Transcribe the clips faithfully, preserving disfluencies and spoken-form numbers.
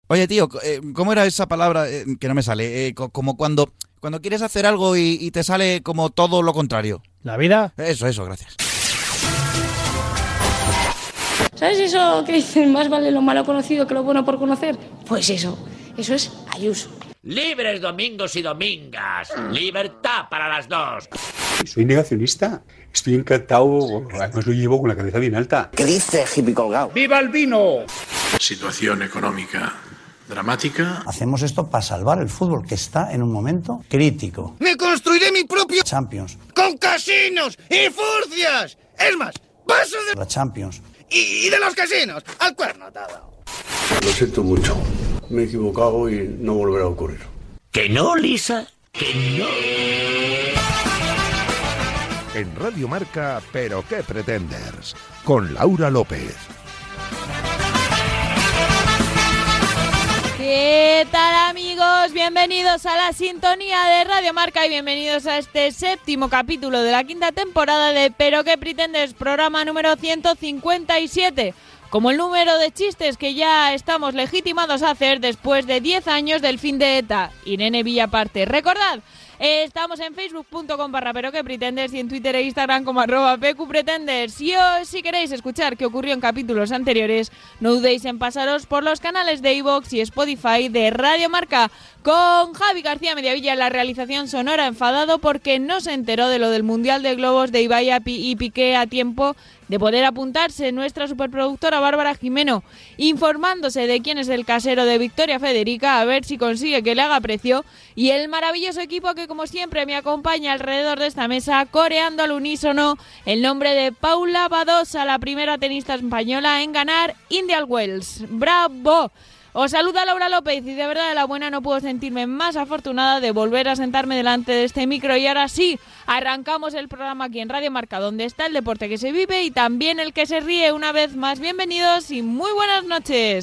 Oye, tío, ¿cómo era esa palabra que no me sale? Eh, como cuando, cuando quieres hacer algo y, y te sale como todo lo contrario. ¿La vida? Eso, eso, gracias. ¿Sabes eso que dicen, más vale lo malo conocido que lo bueno por conocer? Pues eso, eso es Ayuso. Libres domingos y domingas. Libertad para las dos. Soy negacionista. Estoy encantado. Además lo llevo con la cabeza bien alta. ¿Qué dice, hippie colgado? ¡Viva el vino! Situación económica dramática. Hacemos esto para salvar el fútbol, que está en un momento crítico. ¡Me construiré mi propio Champions! ¡Con casinos y furcias! Es más, paso de la Champions. Y, y de los casinos, al cuerno atado. Lo siento mucho. Me he equivocado y no volverá a ocurrir. ¿Que no, Lisa? ¿Que no? En Radio Marca, ¿pero qué pretendes? Con Laura López. ¿Qué tal, amigos? Bienvenidos a la sintonía de Radio Marca y bienvenidos a este séptimo capítulo de la quinta temporada de ¿Pero qué pretendes? Programa número ciento cincuenta y siete. Como el número de chistes que ya estamos legitimados a hacer después de diez años del fin de ETA. Irene Villaparte. Recordad, eh, estamos en facebook punto com barra pero que pretendes y en Twitter e Instagram como arroba pqpretenders. Y os, si queréis escuchar qué ocurrió en capítulos anteriores, no dudéis en pasaros por los canales de iVoox y Spotify de Radio Marca. Con Javi García Mediavilla en la realización sonora, enfadado porque no se enteró de lo del Mundial de Globos de Ibai y Piqué a tiempo de poder apuntarse. Nuestra superproductora Bárbara Jimeno informándose de quién es el casero de Victoria Federica, a ver si consigue que le haga precio, y el maravilloso equipo que como siempre me acompaña alrededor de esta mesa coreando al unísono el nombre de Paula Badosa, la primera tenista española en ganar Indian Wells. ¡Bravo! Os saluda Laura López y de verdad de la buena no puedo sentirme más afortunada de volver a sentarme delante de este micro. Y ahora sí, arrancamos el programa aquí en Radio Marca, donde está el deporte que se vive y también el que se ríe. Una vez más, bienvenidos y muy buenas noches.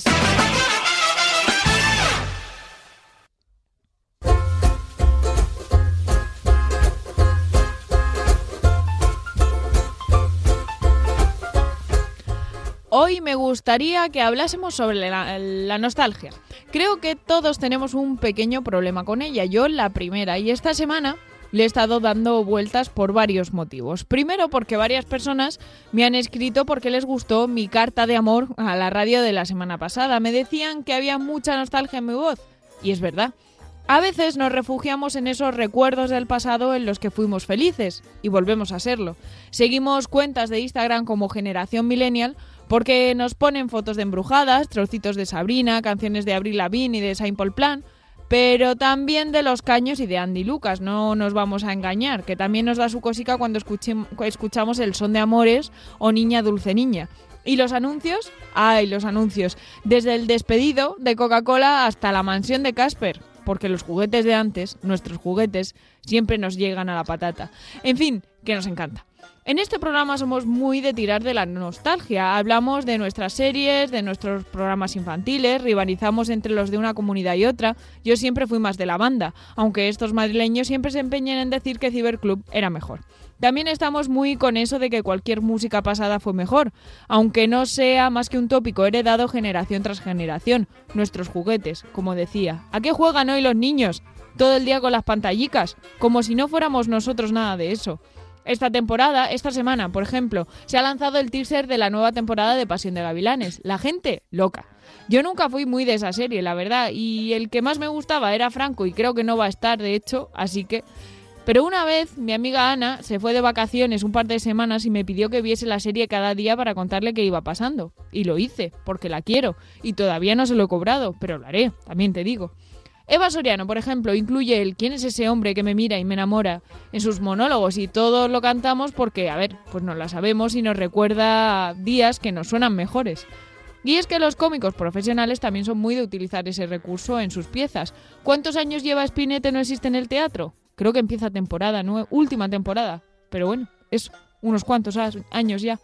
Hoy me gustaría que hablásemos sobre la, la nostalgia. Creo que todos tenemos un pequeño problema con ella, yo la primera, y esta semana le he estado dando vueltas por varios motivos. Primero, porque varias personas me han escrito porque les gustó mi carta de amor a la radio de la semana pasada. Me decían que había mucha nostalgia en mi voz, y es verdad. A veces nos refugiamos en esos recuerdos del pasado en los que fuimos felices, y volvemos a serlo. Seguimos cuentas de Instagram como Generación Millennial, porque nos ponen fotos de embrujadas, trocitos de Sabrina, canciones de Avril Lavigne y de Simple Plan, pero también de Los Caños y de Andy Lucas, no nos vamos a engañar, que también nos da su cosica cuando escuchem- escuchamos El Son de Amores o Niña Dulce Niña. ¿Y los anuncios? ¡Ay, los anuncios! Desde el despedido de Coca-Cola hasta la mansión de Casper, porque los juguetes de antes, nuestros juguetes, siempre nos llegan a la patata. En fin, que nos encanta. En este programa somos muy de tirar de la nostalgia. Hablamos de nuestras series, de nuestros programas infantiles, rivalizamos entre los de una comunidad y otra. Yo siempre fui más de la banda, aunque estos madrileños siempre se empeñen en decir que Ciberclub era mejor. También estamos muy con eso de que cualquier música pasada fue mejor, aunque no sea más que un tópico heredado generación tras generación. Nuestros juguetes, como decía. ¿A qué juegan hoy los niños? Todo el día con las pantallicas, como si no fuéramos nosotros nada de eso. Esta temporada, esta semana, por ejemplo, se ha lanzado el teaser de la nueva temporada de Pasión de Gavilanes. La gente, loca. Yo nunca fui muy de esa serie, la verdad, y el que más me gustaba era Franco, y creo que no va a estar, de hecho, así que... Pero una vez, mi amiga Ana se fue de vacaciones un par de semanas y me pidió que viese la serie cada día para contarle qué iba pasando. Y lo hice, porque la quiero, y todavía no se lo he cobrado, pero lo haré, también te digo. Eva Soriano, por ejemplo, incluye el ¿quién es ese hombre que me mira y me enamora? En sus monólogos, y todos lo cantamos porque, a ver, pues nos la sabemos y nos recuerda días que nos suenan mejores. Y es que los cómicos profesionales también son muy de utilizar ese recurso en sus piezas. ¿Cuántos años lleva Spinetta No existe en el teatro? Creo que empieza temporada, no, última temporada. Pero bueno, es unos cuantos años ya.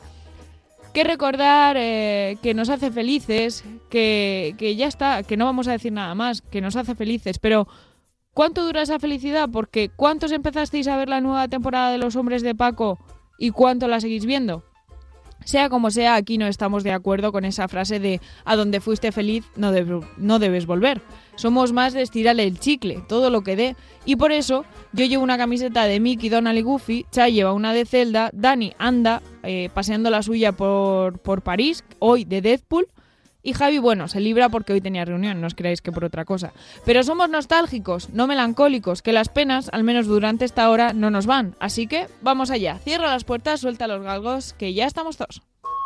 Que recordar eh, que nos hace felices, que, que ya está, que no vamos a decir nada más, que nos hace felices, pero ¿cuánto dura esa felicidad? Porque ¿cuántos empezasteis a ver la nueva temporada de Los Hombres de Paco y cuánto la seguís viendo? Sea como sea, aquí no estamos de acuerdo con esa frase de a donde fuiste feliz no, deb- no debes volver. Somos más de estirarle el chicle, todo lo que dé. Y por eso yo llevo una camiseta de Mickey, Donald y Goofy, Chay lleva una de Zelda, Dani anda eh, paseando la suya por, por París, hoy de Deadpool, y Javi, bueno, se libra porque hoy tenía reunión, no os creáis que por otra cosa. Pero somos nostálgicos, no melancólicos, que las penas, al menos durante esta hora, no nos van. Así que, vamos allá, cierra las puertas, suelta los galgos, que ya estamos todos.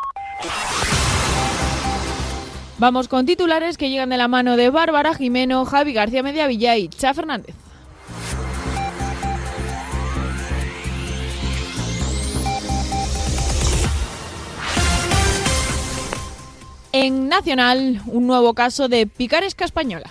Vamos con titulares que llegan de la mano de Bárbara Jimeno, Javi García Mediavilla y Cha Fernández. En Nacional, un nuevo caso de picaresca española.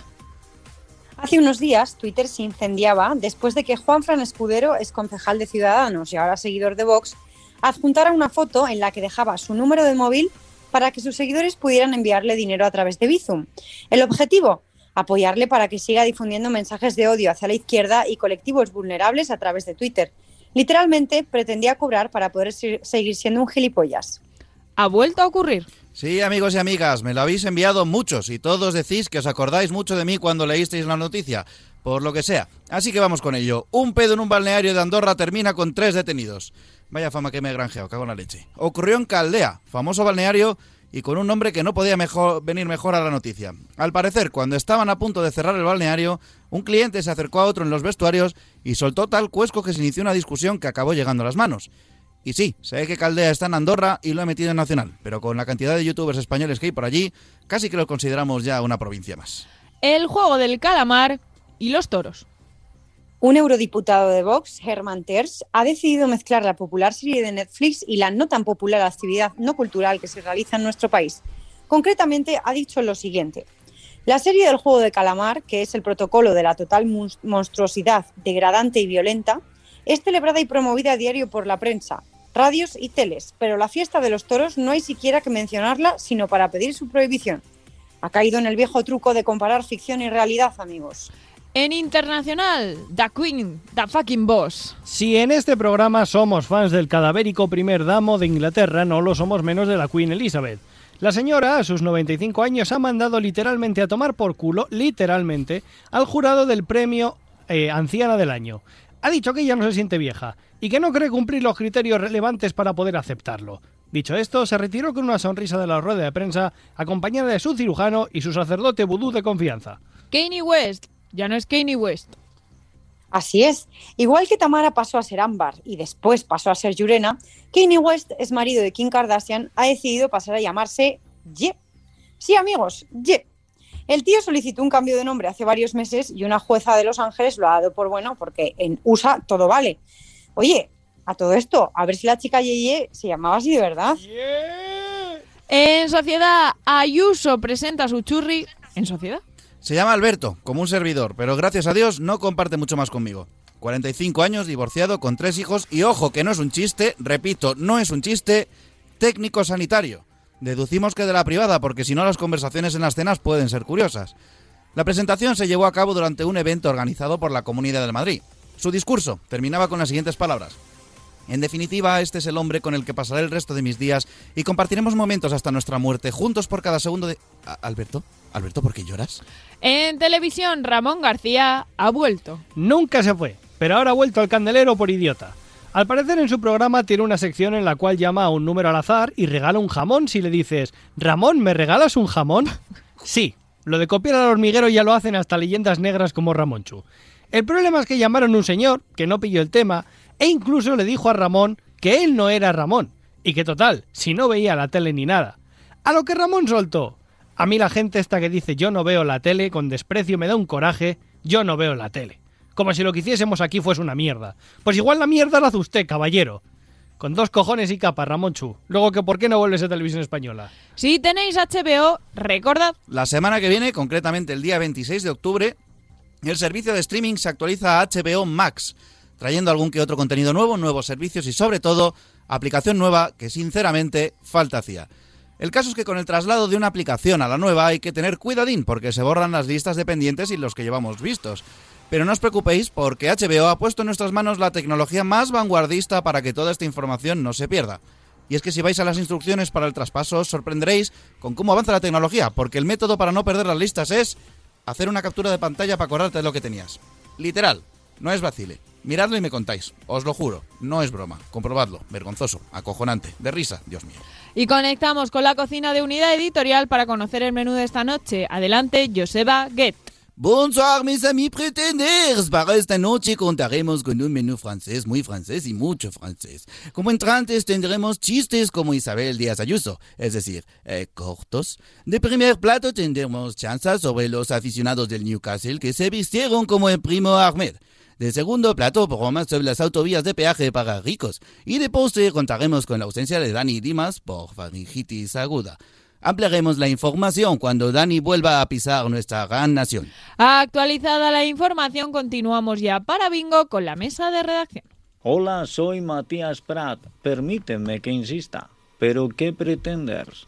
Hace unos días, Twitter se incendiaba después de que Juanfran Escudero, exconcejal de Ciudadanos y ahora seguidor de Vox, adjuntara una foto en la que dejaba su número de móvil para que sus seguidores pudieran enviarle dinero a través de Bizum. El objetivo, apoyarle para que siga difundiendo mensajes de odio hacia la izquierda y colectivos vulnerables a través de Twitter. Literalmente, pretendía cobrar para poder seguir siendo un gilipollas. ¿Ha vuelto a ocurrir? Sí, amigos y amigas, me lo habéis enviado muchos y todos decís que os acordáis mucho de mí cuando leísteis la noticia, por lo que sea. Así que vamos con ello. Un pedo en un balneario de Andorra termina con tres detenidos. Vaya fama que me he granjeado, cago en la leche. Ocurrió en Caldea, famoso balneario y con un nombre que no podía mejor, venir mejor a la noticia. Al parecer, cuando estaban a punto de cerrar el balneario, un cliente se acercó a otro en los vestuarios y soltó tal cuesco que se inició una discusión que acabó llegando a las manos. Y sí, sé que Caldea está en Andorra y lo he metido en Nacional, pero con la cantidad de youtubers españoles que hay por allí, casi que lo consideramos ya una provincia más. El juego del calamar y los toros. Un eurodiputado de Vox, Herman Tertsch, ha decidido mezclar la popular serie de Netflix y la no tan popular actividad no cultural que se realiza en nuestro país. Concretamente, ha dicho lo siguiente. La serie del juego de calamar, que es el protocolo de la total monstruosidad, degradante y violenta, es celebrada y promovida a diario por la prensa, radios y teles, pero la fiesta de los toros no hay siquiera que mencionarla, sino para pedir su prohibición. Ha caído en el viejo truco de comparar ficción y realidad, amigos. En internacional, The Queen, The Fucking Boss. Si en este programa somos fans del cadavérico primer damo de Inglaterra, no lo somos menos de la Queen Elizabeth. La señora, a sus noventa y cinco años, ha mandado literalmente a tomar por culo, literalmente, al jurado del premio eh, Anciana del Año. Ha dicho que ella no se siente vieja y que no cree cumplir los criterios relevantes para poder aceptarlo. Dicho esto, se retiró con una sonrisa de la rueda de prensa, acompañada de su cirujano y su sacerdote vudú de confianza. Kanye West, ya no es Kanye West. Así es. Igual que Tamara pasó a ser Ámbar y después pasó a ser Yurena, Kanye West, es marido de Kim Kardashian, ha decidido pasar a llamarse Ye. Sí, amigos, Ye. El tío solicitó un cambio de nombre hace varios meses y una jueza de Los Ángeles lo ha dado por bueno porque en U S A todo vale. Oye, a todo esto, a ver si la chica Yeye se llamaba así de verdad. Yeah. En Sociedad, Ayuso presenta su churri. ¿En Sociedad? Se llama Alberto, como un servidor, pero gracias a Dios no comparte mucho más conmigo. cuarenta y cinco años, divorciado, con tres hijos y ojo que no es un chiste, repito, no es un chiste, técnico sanitario. Deducimos que de la privada, porque si no las conversaciones en las cenas pueden ser curiosas. La presentación se llevó a cabo durante un evento organizado por la Comunidad de Madrid. Su discurso terminaba con las siguientes palabras. En definitiva, este es el hombre con el que pasaré el resto de mis días y compartiremos momentos hasta nuestra muerte, juntos por cada segundo de... ¿Alberto? ¿Alberto, por qué lloras? En televisión, Ramón García ha vuelto. Nunca se fue, pero ahora ha vuelto al candelero por idiota. Al parecer en su programa tiene una sección en la cual llama a un número al azar y regala un jamón si le dices «Ramón, ¿me regalas un jamón?» Sí, lo de copiar al hormiguero ya lo hacen hasta leyendas negras como Ramonchu. El problema es que llamaron a un señor que no pilló el tema e incluso le dijo a Ramón que él no era Ramón y que total, si no veía la tele ni nada. A lo que Ramón soltó. A mí la gente esta que dice yo no veo la tele con desprecio me da un coraje, yo no veo la tele. Como si lo que hiciésemos aquí fuese una mierda. Pues igual la mierda la hace usted, caballero. Con dos cojones y capa, Ramonchu. Luego que ¿por qué no vuelves a Televisión Española? Si tenéis H B O, recordad. La semana que viene, concretamente el día veintiséis de octubre, el servicio de streaming se actualiza a H B O Max, trayendo algún que otro contenido nuevo, nuevos servicios y sobre todo, aplicación nueva que sinceramente falta hacía. El caso es que con el traslado de una aplicación a la nueva hay que tener cuidadín porque se borran las listas de pendientes y los que llevamos vistos. Pero no os preocupéis porque H B O ha puesto en nuestras manos la tecnología más vanguardista para que toda esta información no se pierda. Y es que si vais a las instrucciones para el traspaso os sorprenderéis con cómo avanza la tecnología, porque el método para no perder las listas es hacer una captura de pantalla para acordarte de lo que tenías. Literal, no es vacile. Miradlo y me contáis, os lo juro, no es broma. Comprobadlo, vergonzoso, acojonante, de risa, Dios mío. Y conectamos con la cocina de Unidad Editorial para conocer el menú de esta noche. Adelante, Joseba Guet. Bonsoir, mis amis pretenders. Para esta noche contaremos con un menú francés, muy francés y mucho francés. Como entrantes tendremos chistes como Isabel Díaz Ayuso, es decir, eh, cortos. De primer plato tendremos chanzas sobre los aficionados del Newcastle que se vistieron como el primo Ahmed. De segundo plato, bromas sobre las autovías de peaje para ricos. Y de postre contaremos con la ausencia de Dani Dimas por faringitis aguda. Ampliaremos la información cuando Dani vuelva a pisar nuestra gran nación. Actualizada la información, continuamos ya para Bingo con la mesa de redacción. Hola, soy Matías Prat. Permíteme que insista. ¿Pero qué pretendes?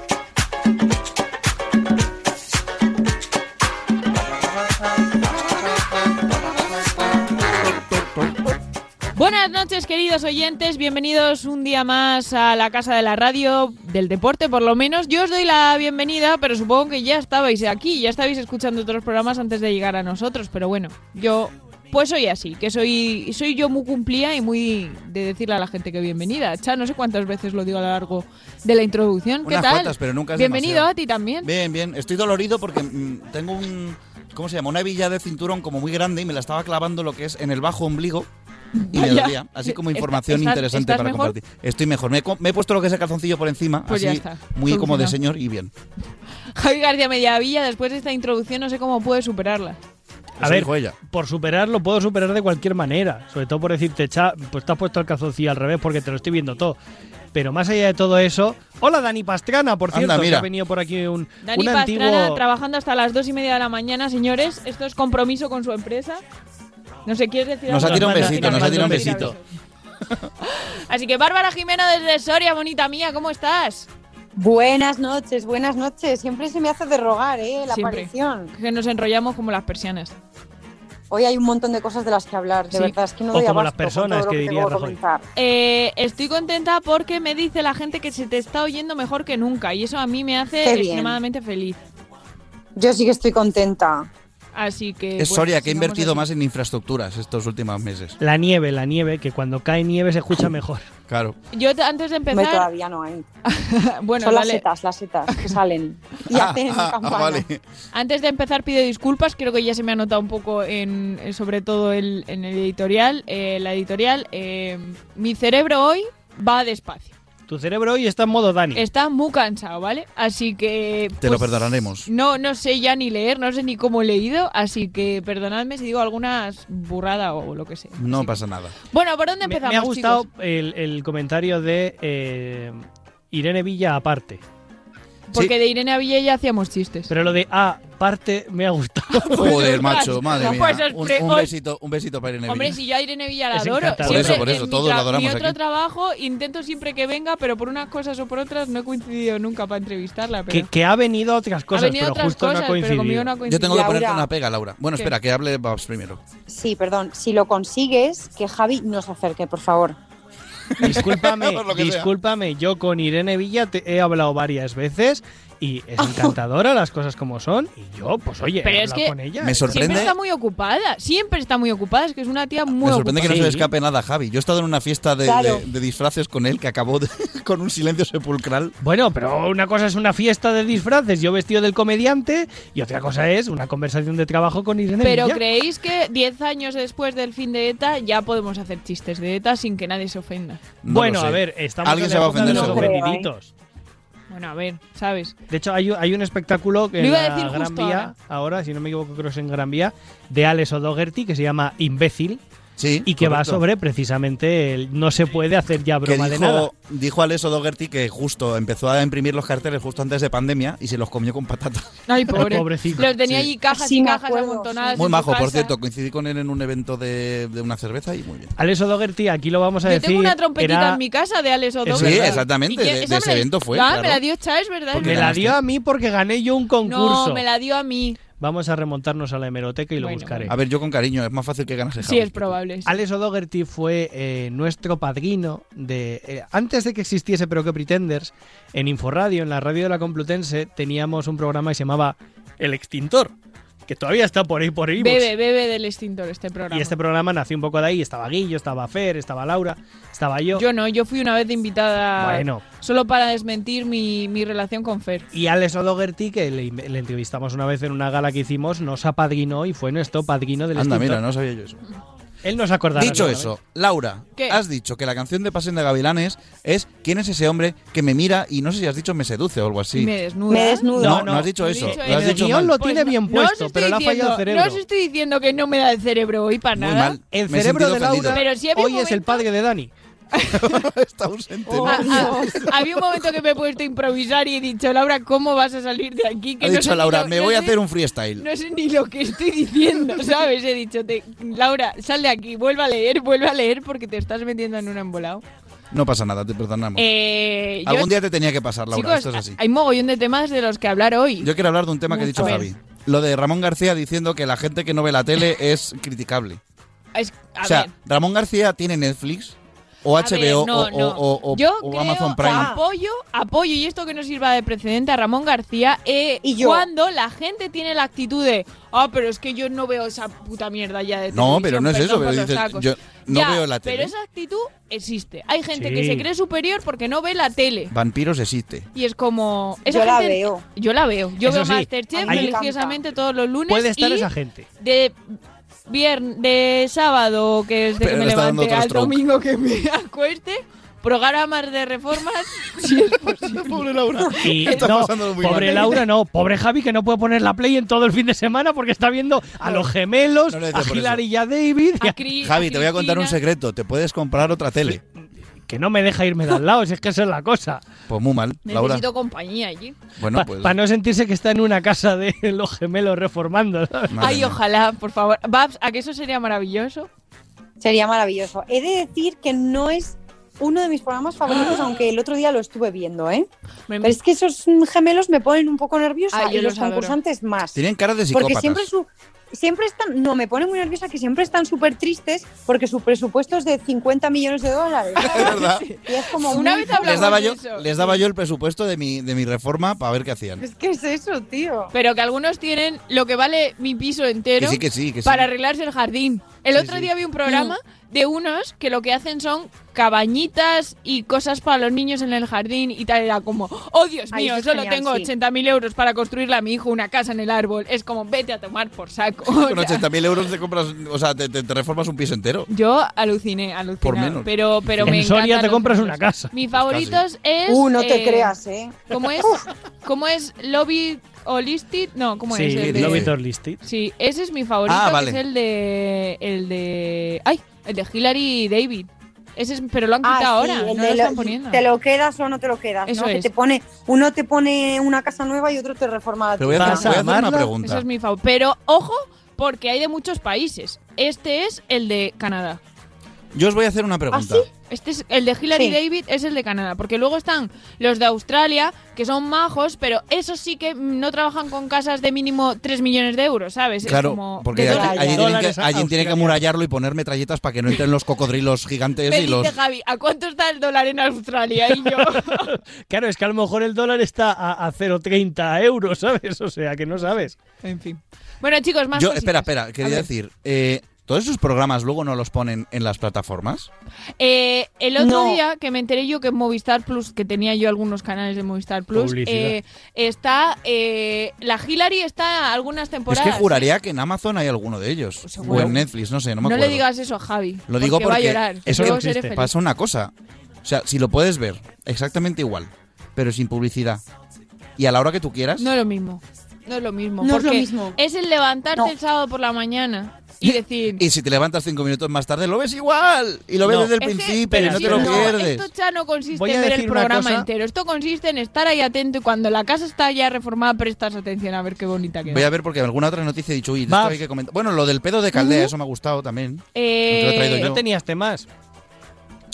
Buenas noches, queridos oyentes, bienvenidos un día más a la Casa de la Radio, del deporte por lo menos. Yo os doy la bienvenida, pero supongo que ya estabais aquí, ya estabais escuchando otros programas antes de llegar a nosotros, pero bueno, yo pues soy así, que soy soy yo muy cumplida y muy de decirle a la gente que bienvenida. Cha, no sé cuántas veces lo digo a lo largo de la introducción. ¿Qué Unas tal? cuantas, pero nunca es Bienvenido demasiado. A ti también. Bien, bien, estoy dolorido porque mmm, tengo un, ¿cómo se llama? Una hebilla de cinturón como muy grande y me la estaba clavando lo que es en el bajo ombligo. Y me dolía, así como información ¿Estás- interesante estás para mejor? compartir. Estoy mejor. Me he, co- me he puesto lo que es el calzoncillo por encima, Pues ya así, está, muy como de solucionado. señor y bien. Javi García Mediavilla, después de esta introducción, no sé cómo puede superarla. A ver, por superarlo puedo superar de cualquier manera. Sobre todo por decirte, cha, pues te has puesto el calzoncillo al revés porque te lo estoy viendo todo. Pero más allá de todo eso... Hola, Dani Pastrana, por cierto, Anda, que mira. ha venido por aquí un, Dani un Pastrana antiguo... trabajando hasta las dos y media de la mañana, señores. Esto es compromiso con su empresa. No sé, ¿quieres decir Nos algo? ha tirado un Manda- besito, nos ha tirado un manda besito. Así que Bárbara Jimeno desde Soria, bonita mía, ¿cómo estás? Buenas noches, buenas noches. Siempre se me hace de rogar, ¿eh? La Siempre. aparición. Que nos enrollamos como las persianas. Hoy hay un montón de cosas de las que hablar, de Sí. verdad. Es que no O doy como abasto las con personas todo lo que que diría tengo que Rajoy. comentar. Eh, estoy contenta porque me dice la gente que se te está oyendo mejor que nunca y eso a mí me hace Qué bien. extremadamente feliz. Yo sí que estoy contenta. Así que... Es bueno, Soria, que ha sigamos invertido así. más en infraestructuras estos últimos meses. La nieve, la nieve, que cuando cae nieve se escucha mejor. Claro. Yo t- antes de Hombre, empezar... todavía no hay. bueno, Son las vale. setas, las setas que salen y Ah, hacen ah, ah, campana. vale. Antes de empezar pido disculpas, creo que ya se me ha notado un poco en, eh, sobre todo el, en el editorial, eh, la editorial. eh, mi cerebro hoy va despacio. Tu cerebro hoy está en modo Dani. Está muy cansado, ¿vale? Así que... Te lo pues, perdonaremos. No, no sé ya ni leer, no sé ni cómo he leído, así que perdonadme si digo algunas burrada o lo que sea. No pasa nada. Bueno, ¿por dónde Me, empezamos, me ha gustado chicos? el, el comentario de eh, Irene Villa aparte. Porque de Irene Avilla ya hacíamos chistes. Pero lo de aparte me ha gustado. Joder, macho, madre mía. Pues os Un, pre- un os- besito, un besito para Irene Hombre, Villa. si yo a Irene Villa la Es adoro. encantadora. Por eso, siempre por eso, en todos mi la tra- adoramos Mi otro aquí. trabajo intento siempre que venga, pero por unas cosas o por otras no he coincidido nunca para entrevistarla. Pero... que, que ha venido a otras cosas, venido pero otras justo cosas, no ha pero coincidido. conmigo no ha Yo coincidido. tengo que ponerte Laura. una pega, Laura. Bueno, ¿Qué? espera, que hable Babs primero. Sí, perdón. Si lo consigues, que Javi nos acerque, por favor. Discúlpame, Por lo que sea. discúlpame, yo con Irene Villa te he hablado varias veces y es encantadora las cosas como son y yo, pues oye, Pero he es hablado que con ella. Me sorprende- Siempre está muy ocupada. Siempre está muy ocupada. Es que es una tía muy Me sorprende que no ocupada. se le escape nada a Javi. Yo he estado en una fiesta de, Claro. de- de disfraces con él que acabó de- con un silencio sepulcral. Bueno, pero una cosa es una fiesta de disfraces, yo vestido del comediante, y otra cosa es una conversación de trabajo con Irene Pero Villa. ¿creéis que diez años después del fin de ETA ya podemos hacer chistes de ETA sin que nadie se ofenda? No Bueno, lo sé. a ver, estamos Alguien en se la va a época de ofender los seguro. ofendiditos. Bueno, a ver, ¿sabes? De hecho, hay, un- hay un espectáculo que Lo en iba a la decir Gran justo Vía, ahora. ahora, si no me equivoco, creo que es en Gran Vía, de Alex O'Doherty, que se llama Imbécil, Sí, y que va correcto. sobre precisamente el no se puede hacer ya Que broma de nada. dijo, dijo Alex O'Doherty que justo empezó a imprimir los carteles justo antes de pandemia y se los comió con patata. Ay, pobre. Pobrecito. Los tenía Sí. allí cajas Sí, y me cajas acuerdo, amontonadas. Muy en su majo, por casa. cierto. Coincidí con él en un evento de, de una cerveza y muy bien. Alex O'Doherty, aquí lo vamos a Yo decir. tengo una trompetita era- en mi casa de Alex O'Doherty. Sí, verdad. exactamente. ¿Y quién- De, esa de me ese la- evento fue. Ah, claro. me la dio Chávez, ¿verdad? Porque Me la ganaste. dio a mí porque gané yo un concurso. No, me la dio a mí. Vamos a remontarnos a la hemeroteca y lo Bueno, buscaré. A ver, yo con cariño, es más fácil que ganas el Sí, es probable. Sí. Alex O'Doherty fue eh, nuestro padrino de... eh, antes de que existiese Pero qué Pretenders, en Inforradio, en la radio de la Complutense, teníamos un programa que se llamaba El Extintor, que todavía está por ahí, por ahí. Bebe, bebe del extintor este programa. Y este programa nació un poco de ahí. Estaba Guillo, estaba Fer, estaba Laura, estaba yo. Yo no, yo fui una vez de invitada Bueno. solo para desmentir mi, mi relación con Fer. Y Alex O'Doherty, que le, le entrevistamos una vez en una gala que hicimos, nos apadrinó y fue nuestro padrino del Anda, extintor. mira, no sabía yo eso. Él nos acordará. Dicho seguramente. eso, Laura, ¿Qué? has dicho que la canción de Pasión de Gavilanes es ¿quién es ese hombre que me mira y no sé si has dicho me seduce o algo así? Me desnuda. Me desnuda. No, No, no, no, has dicho no he eso. dicho Lo eso. has El dicho guión mal. lo Pues tiene no- bien no os puesto, estoy pero le ha fallado el diciendo- cerebro. No os estoy diciendo que no me da el cerebro hoy para Muy nada. mal. El Me he cerebro sentido de Laura ofendido. Pero si había hoy un es el momento- padre de Dani. Está ausente. Oh, Ah, ah, Dios. había un momento que me he puesto a improvisar y he dicho, Laura, ¿cómo vas a salir de aquí? Que Ha no dicho sé ni Laura, lo- me no voy a sé- hacer un freestyle. No sé ni lo que estoy diciendo, ¿sabes? He dicho, te- Laura, sal de aquí, vuelve a leer, vuelve a leer porque te estás metiendo en un embolado. No pasa nada, te perdonamos. Eh, yo- Algún día te tenía que pasar, Laura, chicos, esto es así. hay mogollón de temas de los que hablar hoy. Yo quiero hablar de un tema que ha dicho A ver. Javi. Lo de Ramón García diciendo que la gente que no ve la tele es criticable. Es- a O sea, ver. Ramón García tiene Netflix o A H B ver, O no, o, no. o- o- Yo o creo, Amazon Prime. apoyo, apoyo, y esto que no sirva de precedente a Ramón García, eh, Y yo. cuando la gente tiene la actitud de, ah, pero es que yo no veo esa puta mierda ya de No, televisión, pero no es perdón eso, pero por los dices, sacos". yo no Ya, veo la tele. Pero esa actitud existe. Hay gente Sí. que se cree superior porque no ve la tele. Vampiros existe. Y es como... esa Yo la gente- veo. Yo la veo. Yo Eso veo sí, Masterchef a mí me religiosamente todos los lunes. Puede estar y esa gente. de viernes, de sábado, que es de Pero que me le está dando levante, otro al stroke. domingo que me acueste, programas de reformas, si es posible. Pobre Laura. Y Está no, pasándolo muy pobre mal. Laura no, pobre Javi que no puede poner la Play en todo el fin de semana porque está viendo a los gemelos, No le a decía por Hilary y a David, y A a- Cri- Javi, te voy a contar un Cristina. secreto. Te puedes comprar otra tele. que no me deja irme de al lado, si es que esa es la cosa. Pues muy mal, Laura. Necesito compañía allí. Bueno, Para pues. no sentirse que está en una casa de los gemelos reformando, ¿sabes? madre Ay, mía. ojalá, por favor. Babs, ¿a que eso sería maravilloso? Sería maravilloso. He de decir que no es uno de mis programas favoritos, aunque el otro día lo estuve viendo, ¿eh? Me- Pero es que esos mm, gemelos me ponen un poco nerviosa Ay, yo y los los adoro. concursantes más. Tienen cara de Porque psicópatas. siempre su, siempre están, no, me pone muy nerviosa que siempre están súper tristes porque su presupuesto es de cincuenta millones de dólares. Es verdad. Y es como Una muy vez hablamos Les daba, de yo, eso. les daba yo el presupuesto de mi, de mi reforma para ver qué hacían. Es que es eso, tío. Pero que algunos tienen lo que vale mi piso entero Que sí, que sí, que sí. para arreglarse el jardín. El Sí, otro sí. día vi un programa de unos que lo que hacen son cabañitas y cosas para los niños en el jardín y tal. Era como, oh Dios Ay, mío, eso es solo genial, tengo sí. ochenta mil euros para construirle a mi hijo una casa en el árbol. Es como, vete a tomar por saco. O Con sea, ochenta mil euros te compras, o sea, te, te- te reformas un piso entero. yo aluciné, aluciné. Por menos. Pero, pero me En Soria encantan te los compras gemelos. una casa. Mis favoritos es... Uh, no te eh, creas, ¿eh? ¿Cómo es? ¿Cómo es? ¿Lobby o Listed? No, ¿cómo Sí, es? El de- Love It or List It. Sí, ese es mi favorito, Ah, que vale. es el de... El de... ¡Ay! El de Hilary y David. Ese es, pero lo han quitado Ah, sí, ahora, el no de lo lo- están poniendo. ¿Te lo quedas o no te lo quedas? Eso ¿no? Que es. te pone, uno te pone una casa nueva y otro te reforma la Pero voy a tuya. hacer, voy a hacer una amarla? pregunta. Ese es mi favorito. Pero, ojo, porque hay de muchos países. Este es el de Canadá. Yo os voy a hacer una pregunta. ¿Ah, Este es el de Hilary Sí. y David, es el de Canadá. Porque luego están los de Australia, que son majos, pero esos sí que no trabajan con casas de mínimo tres millones de euros, ¿sabes? Es Claro, como porque de allí, dólares. allí tienen que, Dólares allí tienen que australianos. amurallarlo y poner metralletas para que no entren los cocodrilos gigantes Me y los... dice Javi, ¿a cuánto está el dólar en Australia? Y yo... Claro, es que a lo mejor el dólar está a, a cero coma treinta euros, ¿sabes? O sea, que no sabes. En fin. Bueno, chicos, más Yo, cositas. espera, espera, quería A ver. decir, eh, ¿todos esos programas luego no los ponen en las plataformas? Eh, el otro No. día que me enteré yo que Movistar Plus, que tenía yo algunos canales de Movistar Plus, Publicidad. eh, está... eh, la Hilary está algunas Es temporadas. que juraría que en Amazon hay alguno de ellos. Pues seguro. O en Netflix, no sé, no me No acuerdo. le digas eso a Javi. Lo digo porque va a porque llorar. eso Luego no seré existe. feliz. pasa una cosa. O sea, si lo puedes ver exactamente igual, pero sin publicidad, y a la hora que tú quieras, No es lo mismo. No es lo mismo. No es lo porque mismo. es el levantarte No. el sábado por la mañana y decir... y si te levantas cinco minutos más tarde, lo ves igual. Y lo ves No. desde el Es que- principio pero y no sí, te lo no, pierdes. Esto ya no consiste Voy a en ver el decir una programa cosa. entero. Esto consiste en estar ahí atento y cuando la casa está ya reformada prestas atención a ver qué bonita queda. Voy a ver porque en alguna otra noticia he dicho, uy, esto Babs. hay que comentar. Bueno, lo del pedo de Caldea, eso me ha gustado también. Eh, Lo he traído yo. ¿No tenías temas?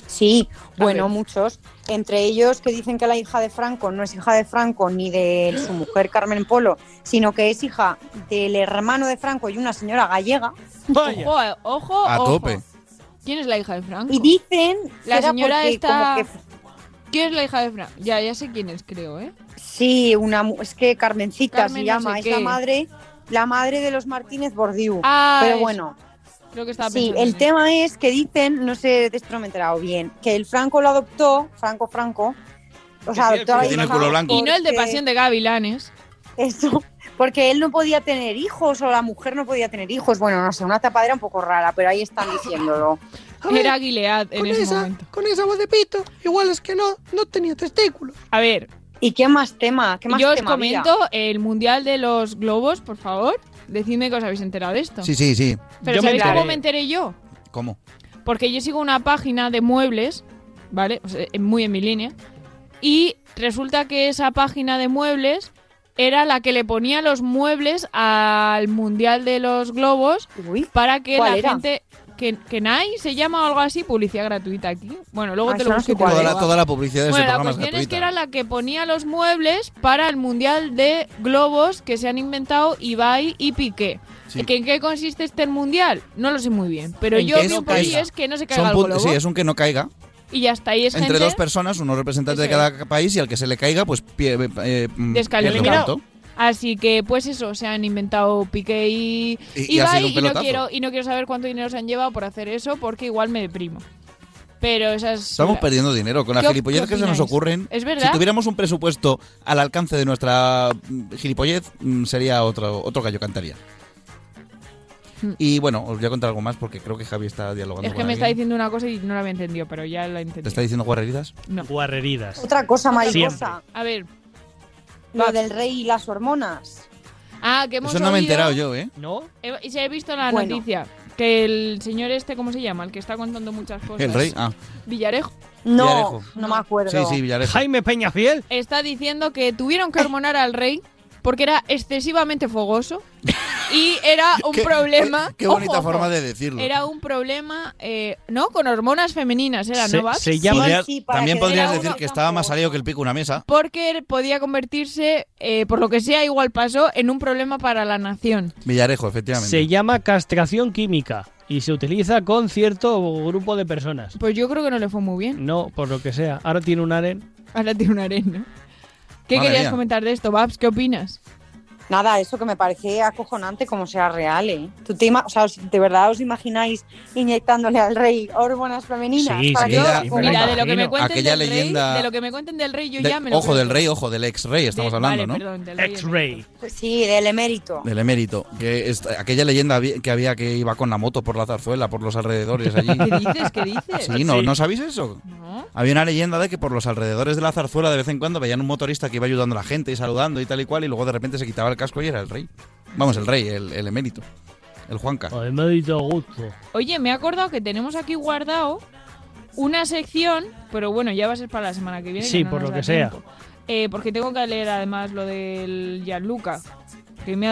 Sí, bueno, muchos. Entre ellos que dicen que la hija de Franco no es hija de Franco ni de su mujer Carmen Polo, sino que es hija del hermano de Franco y una señora gallega. Ojo, ojo, A ojo. tope. ¿Quién es la hija de Franco? Y dicen que La era señora porque está... como que- ¿Quién es la hija de Franco? Ya, ya sé quién es, creo, ¿eh? Sí, una mu- es que Carmencita Carmen se no llama, sé es qué. la madre, la madre de los Martínez Bordiú. Ah, Pero eso. bueno, Creo que estaba sí, pensando el en tema es que dicen, no sé, de esto no me he enterado bien, que el Franco lo adoptó, Franco Franco, o sea, adoptó a la Que tiene el hija culo blanco. Y no el de porque- Pasión de Gavilanes. Eso, porque él no podía tener hijos o la mujer no podía tener hijos. Bueno, no sé, una tapadera un poco rara, pero ahí están diciéndolo. Era Gilead en Con ese esa, momento. con esa voz de pito, igual es que no, no tenía testículos. A ver, ¿Y qué más tema? ¿Qué más yo os tema había? comento el Mundial de los Globos, por favor. Decidme que os habéis enterado de esto. Sí, sí, sí. Pero Yo me ¿sabéis cómo enteré. me enteré yo? ¿Cómo? Porque yo sigo una página de muebles, ¿vale? O sea, muy en mi línea. Y resulta que esa página de muebles era la que le ponía los muebles al Mundial de los Globos Uy, para que ¿cuál la era? gente... Que, que Nai se llama o algo así, publicidad gratuita aquí. Bueno, luego Ah, te eso lo no busco sé y te cuál lo Toda es. digo. la, toda la publicidad de ese Bueno, la programa es cuestión es que gratuita. era la que ponía los muebles para el Mundial de Globos que se han inventado Ibai y Piqué. Sí. ¿Que ¿En qué consiste este Mundial? No lo sé muy bien, pero En yo que mi no opinión caiga. es que no se caiga Son el pun- globo sí, es un que no caiga. y ya está, y es Entre gente dos personas, unos representantes de Eso cada país, y al que se le caiga, pues pie, eh, eh, mm, Descalificado. pierde un punto. Así que, pues eso, se han inventado Piqué y, Y- y ha Ibai sido un y no pelotazo. quiero y no quiero saber cuánto dinero se han llevado por hacer eso porque igual me deprimo. Pero esas Estamos perdiendo dinero con las ¿Qué- gilipolleces qué que se nos opináis? ocurren. ¿Es verdad? Si tuviéramos un presupuesto al alcance de nuestra mm, gilipollez, mm, sería otro, otro gallo cantaría. Hmm. Y bueno, os voy a contar algo más porque creo que Javi está dialogando Es que con me está alguien. diciendo una cosa y no la había entendido, pero ya la he ¿Te entendido. está diciendo guarreridas? No. Guarreridas. Otra cosa mariposa, Siempre. A ver. lo Va. del rey y las hormonas. Ah, que hemos Eso no me he oído- enterado yo, ¿eh? ¿No? He, y se he visto en la Bueno. noticia que el señor este, ¿cómo se llama? El que está contando muchas cosas. El rey. Ah, Villarejo. No, Villarejo. no me acuerdo. sí, sí, Villarejo. Jaime Peñafiel. Está diciendo que tuvieron que hormonar al rey porque era excesivamente fogoso y era un Qué- problema. Qué, qué bonita ojo, ojo, forma de decirlo. Era un problema, eh, ¿no? Con hormonas femeninas, era, Se- ¿no, Babs? se llama- Podría- Sí, para también que podrías era decir uno que estaba más tampoco. salido que el pico una mesa. Porque podía convertirse, eh, por lo que sea, igual pasó, en un problema para la nación. Villarejo, efectivamente. Se llama castración química y se utiliza con cierto grupo de personas. Pues yo creo que no le fue muy bien. No, por lo que sea. Ahora tiene un aren. Ahora tiene un aren, ¿no? ¿Qué Madre querías mía. comentar de esto, Babs? ¿Qué opinas? Nada, eso que me parece acojonante como sea real, ¿eh? ¿Tú te ima- o sea, os- ¿de verdad os imagináis inyectándole al rey hormonas femeninas? Sí, Para sí, que- Aquella- sí, me lo Mira, de lo que me imagino. cuenten Aquella del leyenda- rey, de lo que me cuenten del rey, yo De- ya me lo ojo, creo del todo. rey, ojo, del ex-rey estamos De- hablando, vale, ¿no? perdón, del rey. Ex-rey. Sí, del emérito. Del emérito. Que es- aquella leyenda había- que había que iba con la moto por la zarzuela, por los alrededores allí. ¿Qué dices? ¿Qué dices? Sí, ¿no, Sí. ¿no sabéis eso? No. Había una leyenda de que por los alrededores de la zarzuela de vez en cuando veían un motorista que iba ayudando a la gente y saludando y tal y cual, y luego de repente se quitaba el casco y era el rey. Vamos, el rey, el, el emérito. El Juanca. Ay, me ha dicho gusto. Oye, me he acordado que tenemos aquí guardado una sección, pero bueno, ya va a ser para la semana que viene. Sí, que no por nos lo da que sea. tiempo. Eh, porque tengo que leer además lo del Gianluca, que me ha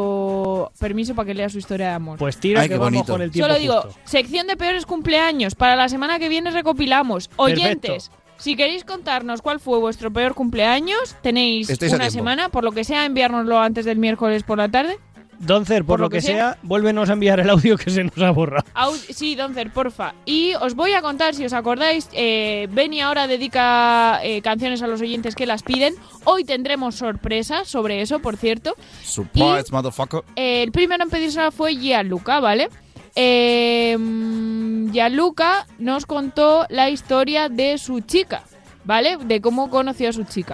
dado permiso para que lea su historia de amor. Pues tira Ay, que qué vamos bonito. con el tiempo Solo digo, justo. sección de peores cumpleaños. Para la semana que viene recopilamos. Oyentes, si queréis contarnos cuál fue vuestro peor cumpleaños, tenéis Estáis a una tiempo. semana, por lo que sea, enviárnoslo antes del miércoles por la tarde. Doncer, por, por lo lo que, que sea, sea, vuélvenos a enviar el audio que se nos ha borrado. Au- sí, Doncer, porfa. Y os voy a contar, si os acordáis, eh, Beni ahora dedica eh, canciones a los oyentes que las piden. Hoy tendremos sorpresas sobre eso, por cierto. Surprise, motherfucker. Eh, el primero en pedírsela fue Gianluca, ¿vale? Eh, mm, Gianluca nos contó la historia de su chica, ¿vale? De cómo conoció a su chica.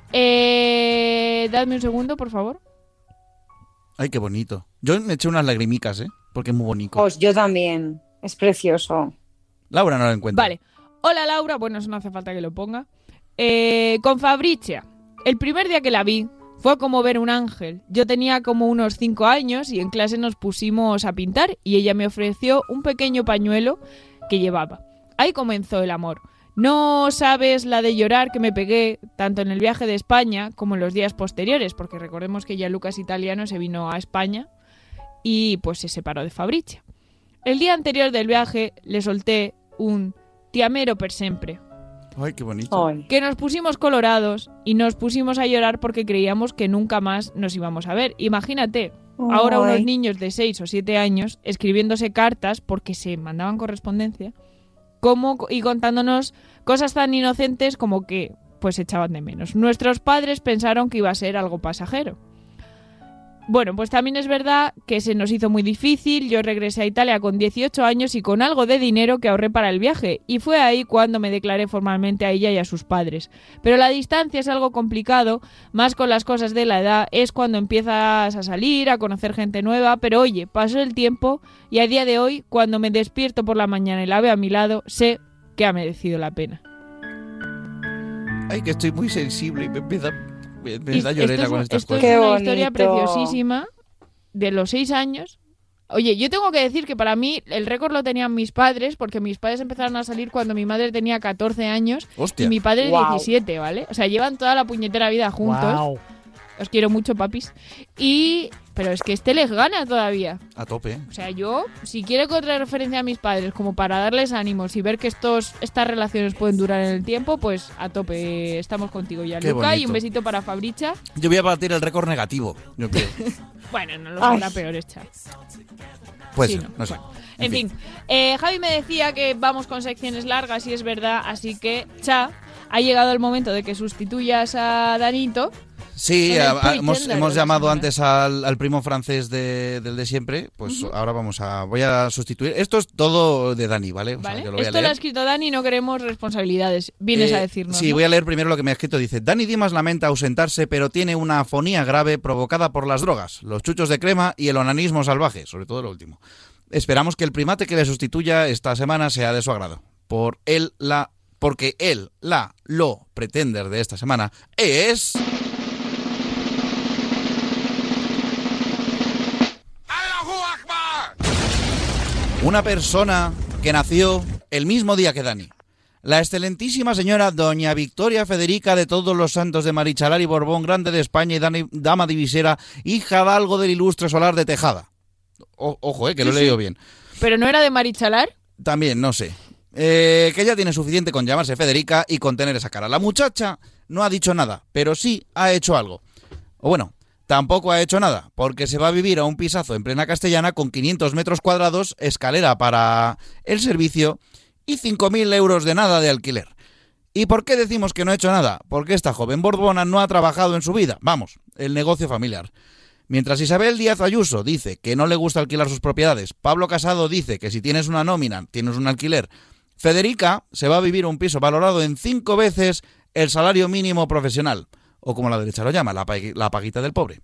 Eh, dadme un segundo, por favor. Ay, qué bonito. Yo me eché unas lagrimicas, ¿eh? Porque es muy bonito. Pues yo también. Es precioso. Laura no lo encuentra. Vale. Hola Laura, bueno, eso no hace falta que lo ponga. Eh, con Fabricia. El primer día que la vi fue como ver un ángel. Yo tenía como unos cinco años y en clase nos pusimos a pintar y ella me ofreció un pequeño pañuelo que llevaba. Ahí comenzó el amor. No sabes la de llorar que me pegué tanto en el viaje de España como en los días posteriores, porque recordemos que ya Lucas Italiano se vino a España y pues se separó de Fabricia. El día anterior del viaje le solté un ti amero per sempre. Ay, qué bonito. Ay. Que nos pusimos colorados y nos pusimos a llorar porque creíamos que nunca más nos íbamos a ver. Imagínate, ahora Ay. unos niños de seis o siete años escribiéndose cartas porque se mandaban correspondencia como, y contándonos cosas tan inocentes como que pues echaban de menos. Nuestros padres pensaron que iba a ser algo pasajero. Bueno, pues también es verdad que se nos hizo muy difícil. Yo regresé a Italia con dieciocho años y con algo de dinero que ahorré para el viaje. Y fue ahí cuando me declaré formalmente a ella y a sus padres. Pero la distancia es algo complicado, más con las cosas de la edad. Es cuando empiezas a salir, a conocer gente nueva. Pero oye, pasó el tiempo y a día de hoy, cuando me despierto por la mañana y la veo a mi lado, sé que ha merecido la pena. Ay, que estoy muy sensible y me empieza... Me, me Y da esto llorera es, con estas esto cosas. es una Qué historia bonito. preciosísima de los seis años. Oye, yo tengo que decir que para mí el récord lo tenían mis padres, porque mis padres empezaron a salir cuando mi madre tenía catorce años. Hostia. Y mi padre Guau. diecisiete, ¿vale? O sea, llevan toda la puñetera vida juntos. Guau. Os quiero mucho, papis. Y... Pero es que este les gana todavía. A tope, ¿eh? O sea, yo, si quiero encontrar referencia a mis padres como para darles ánimos y ver que estos estas relaciones pueden durar en el tiempo, pues a tope, estamos contigo ya, Qué Luca. bonito. Y un besito para Fabricia. Yo voy a batir el récord negativo, yo creo. Bueno, no los Ay. habrá peores, chaval. Pues Sí, no, no. no sé. Bueno, en fin, eh, Javi me decía que vamos con secciones largas y es verdad, así que, Cha, ha llegado el momento de que sustituyas a Danito. Sí, Con el a- a- Pretender hemos, de hemos la llamado semana. antes al, al primo francés de- del de siempre, pues ahora vamos a voy a sustituir. Esto es todo de Dani, ¿vale? O sea, ¿Vale? yo lo voy a Esto lo ha leer. escrito Dani, no queremos responsabilidades. Vienes Eh, a decirnos. Sí, ¿no? voy a leer primero lo que me ha escrito. Dice, Dani Dimas lamenta ausentarse, pero tiene una afonía grave provocada por las drogas, los chuchos de crema y el onanismo salvaje, sobre todo lo último. Esperamos que el primate que le sustituya esta semana sea de su agrado. Por él, la, porque él, la, lo pretender de esta semana es... Una persona que nació el mismo día que Dani. La excelentísima señora doña Victoria Federica de todos los santos de Marichalar y Borbón, grande de España y dani- dama divisera, hija de algo del ilustre Solar de Tejada. O- ojo, eh, que lo he Sí, leído sí. bien. ¿Pero no era de Marichalar? También, no sé. Eh, que ya tiene suficiente con llamarse Federica y con tener esa cara. La muchacha no ha dicho nada, pero sí ha hecho algo. O bueno, tampoco ha hecho nada, porque se va a vivir a un pisazo en plena Castellana con quinientos metros cuadrados, escalera para el servicio y cinco mil euros de nada de alquiler. ¿Y por qué decimos que no ha hecho nada? Porque esta joven borbona no ha trabajado en su vida. Vamos, el negocio familiar. Mientras Isabel Díaz Ayuso dice que no le gusta alquilar sus propiedades, Pablo Casado dice que si tienes una nómina, tienes un alquiler, Federica se va a vivir a un piso valorado en cinco veces el salario mínimo profesional, o como la derecha lo llama, la, pa- la paguita del pobre.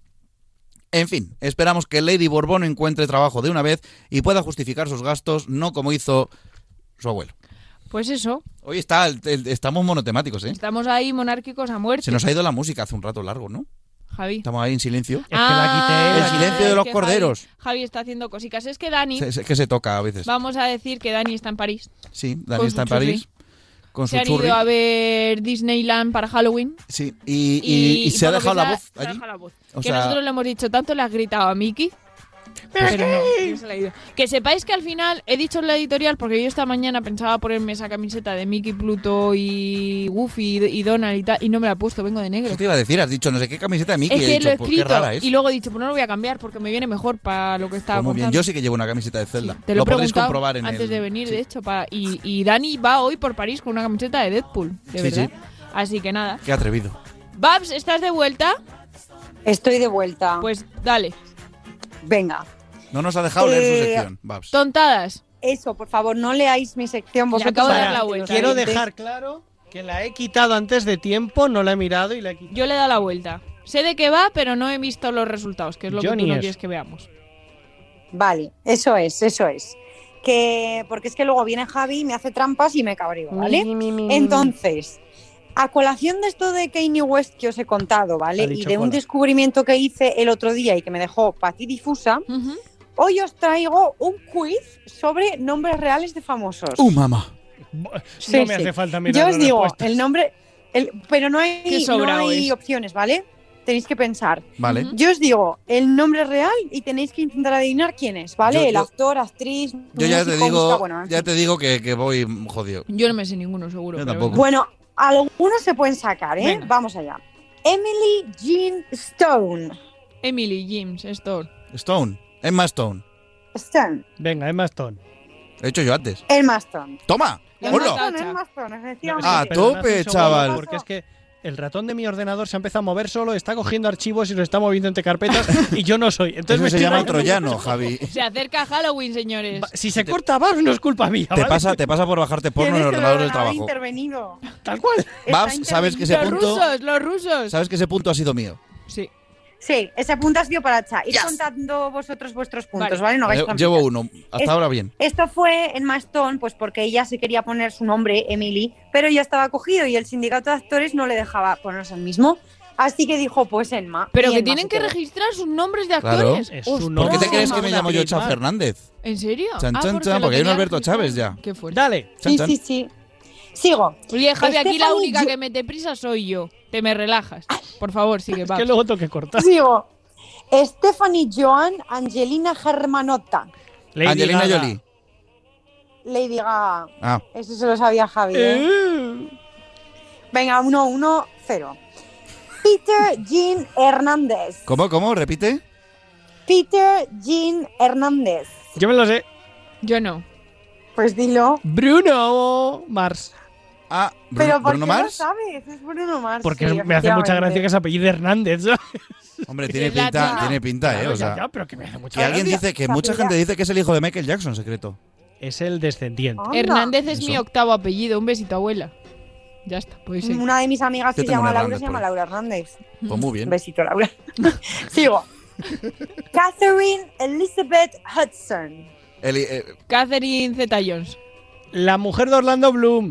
En fin, esperamos que Lady Borbón encuentre trabajo de una vez y pueda justificar sus gastos, no como hizo su abuelo. Pues eso, Hoy está, el- el- estamos monotemáticos, ¿eh? estamos ahí monárquicos a muerte. Se nos ha ido la música hace un rato largo, ¿no? Javi. Estamos ahí en silencio. Es que la quité. El silencio de es los que corderos. Javi, Javi está haciendo cositas. Es que Dani, Se- se- que se toca a veces. vamos a decir que Dani está en París. Sí, Dani con está en su churri. París con Se su han churri. ido a ver Disneyland para Halloween. Sí, y, y- y se ha por lo dejado que la se ha- voz se ha allí. dejado la voz. O que sea- nosotros le hemos dicho tanto, le has gritado a Mickey. Pero no, no se le ha ido. Que sepáis que al final he dicho en la editorial, porque yo esta mañana pensaba ponerme esa camiseta de Mickey, Pluto y Goofy y Donald y tal, y no me la he puesto, vengo de negro. ¿Qué te iba a decir? Has dicho no sé qué camiseta de Mickey. Es he que dicho, lo he pues qué escrito rara es. y luego he dicho, pues no lo voy a cambiar porque me viene mejor para lo que estaba Pues muy bien, contando. yo sí que llevo una camiseta de Zelda. Te lo, he podréis preguntado comprobar en antes el... de venir, sí. de hecho. Para, y, y Dani va hoy por París con una camiseta de Deadpool, de Sí, verdad. sí. Así que nada. Qué atrevido. Babs, ¿estás de vuelta? Estoy de vuelta. Pues dale. Venga. No nos ha dejado leer su Eh, sección, Babs. Tontadas. Eso, por favor, no leáis mi sección vosotros. acabo de dar delante la de vuelta. los Quiero oyentes. dejar claro que la he quitado antes de tiempo, no la he mirado y la he quitado. Yo le he dado la vuelta. Sé de qué va, pero no he visto los resultados, que es lo Yo que ni tú no eso. quieres que veamos. Vale, eso es, eso es. Que porque es que luego viene Javi, me hace trampas y me cabreo, ¿vale? Mi, mi, mi, mi. Entonces, a colación de esto de Kanye West que os he contado, ¿vale? Ha Y dicho de un cola. descubrimiento que hice el otro día y que me dejó patidifusa, Ujú. hoy os traigo un quiz sobre nombres reales de famosos. ¡Uh, mamá! Sí, no me sí. hace falta mirar Yo os las digo, respuestas. el nombre, el, pero no Qué hay, no sobrado hay es. opciones, ¿vale? tenéis que pensar. Vale. Uh-huh. Yo os digo el nombre real y tenéis que intentar adivinar quién es, ¿vale? Yo, el yo, actor, actriz, Yo ya músico, te digo, música, bueno, ya te digo que, que voy jodido. Yo no me sé ninguno, seguro. Yo pero tampoco. venga. Bueno, algunos se pueden sacar, ¿eh? Venga. Vamos allá. Emily Jean Stone. Emily James Stone. Stone. Emma Stone. Stone. Venga, Emma Stone. He hecho yo antes. Emma Stone. ¡Toma! Ya Emma no ¡Hola! Stone, Emma Stone, efectivamente. Ah, Perdonad un tope, segundo, chaval. Porque es que el ratón de mi ordenador se ha empezado a mover solo, está cogiendo archivos y los está moviendo entre carpetas y yo no soy. Entonces Eso me se estoy llama rayando. troyano, Javi. Se acerca Halloween, señores. Va, Si se corta Babs no es culpa mía. Te ¿vale? pasa, te pasa por bajarte porno en el ordenador del trabajo. intervenido. Tal cual. Babs, sabes que ese Los punto, rusos, los rusos. sabes que ese punto ha sido mío. Sí. Sí, ese punto ha sido para Cha. Ir Yes. contando vosotros vuestros puntos, Vale. ¿vale? No hagáis Lle- trampitas. Llevo uno. Hasta Es- ahora bien. Esto fue en Maston, pues porque ella se quería poner su nombre, Emily, pero ya estaba cogido y el sindicato de actores no le dejaba ponerse el mismo. Así que dijo, pues Emma. Pero Y que Emma tienen se que quedó. registrar sus nombres de Claro. actores. Es Ostras. su ¿Por qué te nombre. crees que me Una llamo yo actriz, Cha vale. Fernández? ¿En serio? Chan, Ah, chan, porque chan, lo porque hay un tenía Alberto registrado. Chávez ya. Qué fuerte. Dale. Chan, Sí, chan. sí, sí. Sigo. Oye, Javi, aquí la Stephanie única Ju- que mete prisa soy yo. Te me relajas. Por favor, sigue, Es va. que luego tengo que cortar. Sigo. Stephanie Joan Angelina Germanotta. Lady Angelina Gaga. Jolie. Lady Gaga. Ah, Eso se lo sabía Javi, ¿eh? Eh. Venga, uno, uno, cero. Peter Jean Hernández. ¿cómo, cómo? ¿Repite? Peter Jean Hernández. Yo me lo sé. Yo no. Pues dilo. Bruno Mars. Ah, Bru- Pero ¿por Bruno qué lo Mars. sabes? Es Bruno Mars. Porque sí, me hace mucha gracia que efectivamente. se apellide Hernández. ¿sabes? Hombre, Que tiene es pinta, latino. tiene pinta, eh. Claro, O ya, sea, ya, pero que me hace mucha que alguien gracia. dice que Se mucha apellida- gente dice que es el hijo de Michael Jackson, secreto. Es el descendiente. Anda. Hernández es Eso. mi octavo apellido. Un besito, abuela. Ya está, pues sí. Una de mis amigas Yo se tengo llama un Laura, Hernández se llama por ahí. Laura Hernández. Pues muy bien. Un besito, Laura. Sigo. Catherine Elizabeth Hudson. Eli- eh, Catherine Zeta-Jones. La mujer de Orlando Bloom.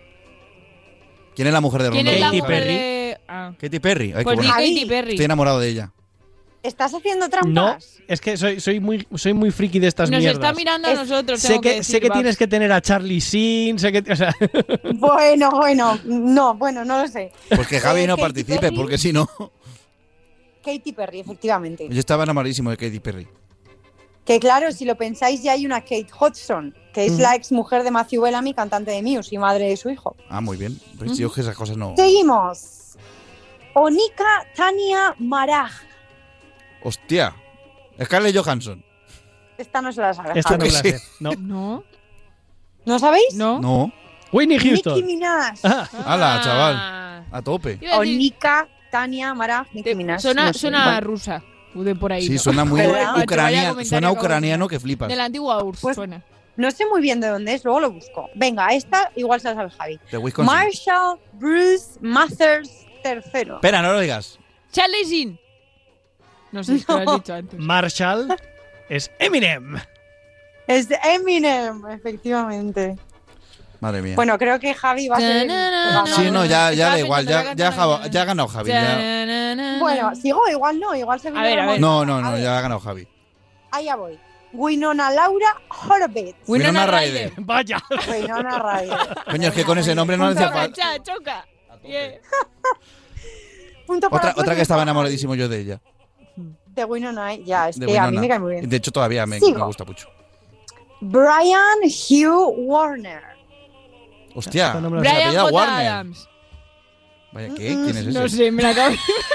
¿Quién es la mujer de ¿Quién Orlando es la Katy Bloom? mujer Perry. de...? Ah. Katy Perry. Ay, qué Pues di buena. Javi. Katy Perry. Estoy enamorado de ella. ¿Estás haciendo No, trampas? es que soy, soy, muy, soy muy friki de estas Nos mierdas. está mirando a Es- nosotros. Sé tengo que, que sé decir, que Babs. tienes que tener a Charlie Sheen, sé que... O sea, Bueno, bueno. No, bueno, no lo sé. Pues que Javi Eh, no Katy participe, Perry. porque si no. Katy Perry, efectivamente. Yo estaba enamoradísimo de Katy Perry. Que claro, si lo pensáis, ya hay una Kate Hudson, que es Mm. la ex mujer de Matthew Bellamy, cantante de Muse y madre de su hijo. Ah, muy bien. Pues yo que esas cosas no. Seguimos. Onika Tania Maraj. Hostia. Scarlett Johansson. Esta no se la sabe. esta no Javi. me la que sé. No. ¿No? ¿No sabéis? ¿No? No. Whitney Houston. Nicki Minaj. Ah, Hala, Ah. chaval. A tope. Iba a decir, Onika Tania Maraj. Nicki te- Minaj. Suena, no sé. suena Bueno, rusa. De por ahí. Sí, ¿no? suena muy ¿Verdad? Te vaya a ucrania, comentar suena algo ucraniano de- que flipas. De la antigua U R S S Pues- suena. No sé muy bien de dónde es, luego lo busco. Venga, esta igual se la sabe Javi. De Wisconsin. Marshall Bruce Mathers tercero. Espera, no lo digas. Charlie Sheen. No sé si lo has dicho antes. Marshall es Eminem. Es de Eminem, efectivamente. Madre mía. Bueno, creo que Javi va a ser... el ganador. Sí, no, ya, ya Estaba da igual. pensando, Ya, la ya, ha canción ja- ya ha ganado Javi. ya. Bueno, sigo, igual no, igual se A ver, a ver. No, no, no, ya ha ganado Javi. Allá voy. Winona Laura Horvitz. Winona Ryder. Vaya. Winona Ryder. Coño, es que con ese nombre no le hacía Choca, falta. cha, choca. Yeah. Punto para Otra, todos otra que estaba los enamoradísimo yo de ella. De Winona, ya, es De que a mí Winona. me cae muy bien. De hecho, todavía me, Sigo. me gusta mucho. Brian Hugh Warner. Hostia, Esta no me la se Brian apellida J. Warner. Adams. Vaya, ¿qué? ¿Quién es ese? No sé, me la acabo de...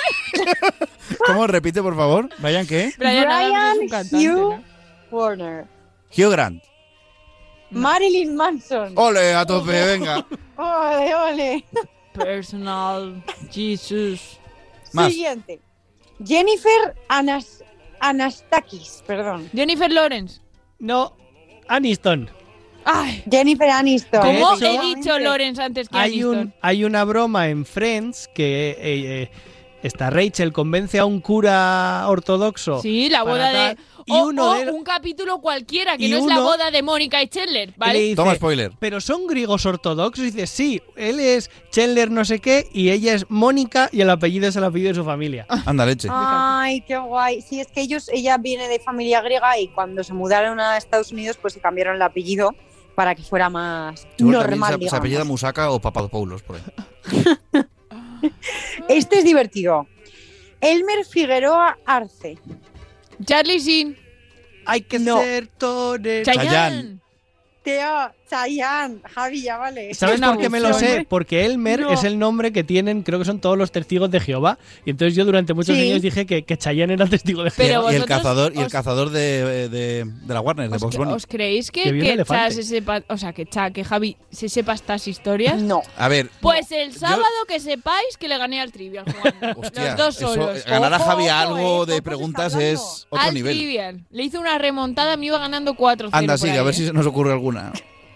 ¿Cómo? Repite, por favor. ¿Brian qué? Brian, Adams es un cantante, Hugh ¿no? Warner. Hugh Grant. Marilyn Manson. Ole, a tope, venga. Ole, ole. Personal Jesus. Más. Siguiente. Jennifer Anas Anastakis, perdón. Jennifer Lawrence. No, Aniston. Ay, Jennifer Aniston. ¿cómo hecho, he dicho Lawrence antes que Hay, Aniston? un, hay una broma en Friends que eh, eh, esta Rachel convence a un cura ortodoxo. Sí, la para boda de... tal, y O, uno o de- un capítulo cualquiera, que y no es la uno- boda de Mónica y Chandler, y le ¿vale? dice, Toma spoiler. pero son griegos ortodoxos. Y dice, sí, él es Chandler no sé qué y ella es Mónica y el apellido es el apellido de su familia. Anda, leche. Ay, qué guay. Sí, es que ellos, ella viene de familia griega y cuando se mudaron a Estados Unidos, pues se cambiaron el apellido para que fuera más Seguro también normal, se, se digamos. apellida Musaka o Papadopoulos, por ahí. Este es divertido. Elmer Figueroa Arce. Charlie Sheen. Hay que No. ser torero. Chayanne. Teo, Chayanne. Javi, ya vale. ¿Sabes Una por qué me lo abusión, sé? ¿eh? Porque Elmer No. es el nombre que tienen, creo que son todos los testigos de Jehová. Y entonces yo durante muchos Sí. años dije que, que Chayanne era testigo de Pero Jehová. Y el vosotros cazador, y el os- cazador de, de, de la Warner, de ¿Os, Box cre- Bunny. os creéis que, Que vio un que elefante. Cha se sepa, o sea, que Cha, que Javi se sepa estas historias? No. A ver, Pues el Yo- sábado que sepáis que le gané al Trivial jugando. hostia, Los dos eso, solos. ganar a Ojo, Javi ojo, algo eh, de poco preguntas se está es otro al nivel. Trivial. Le hice una remontada, me iba ganando cuatro cero. Anda, por sigue, ahí, a ver ¿eh? si se nos ocurre alguna.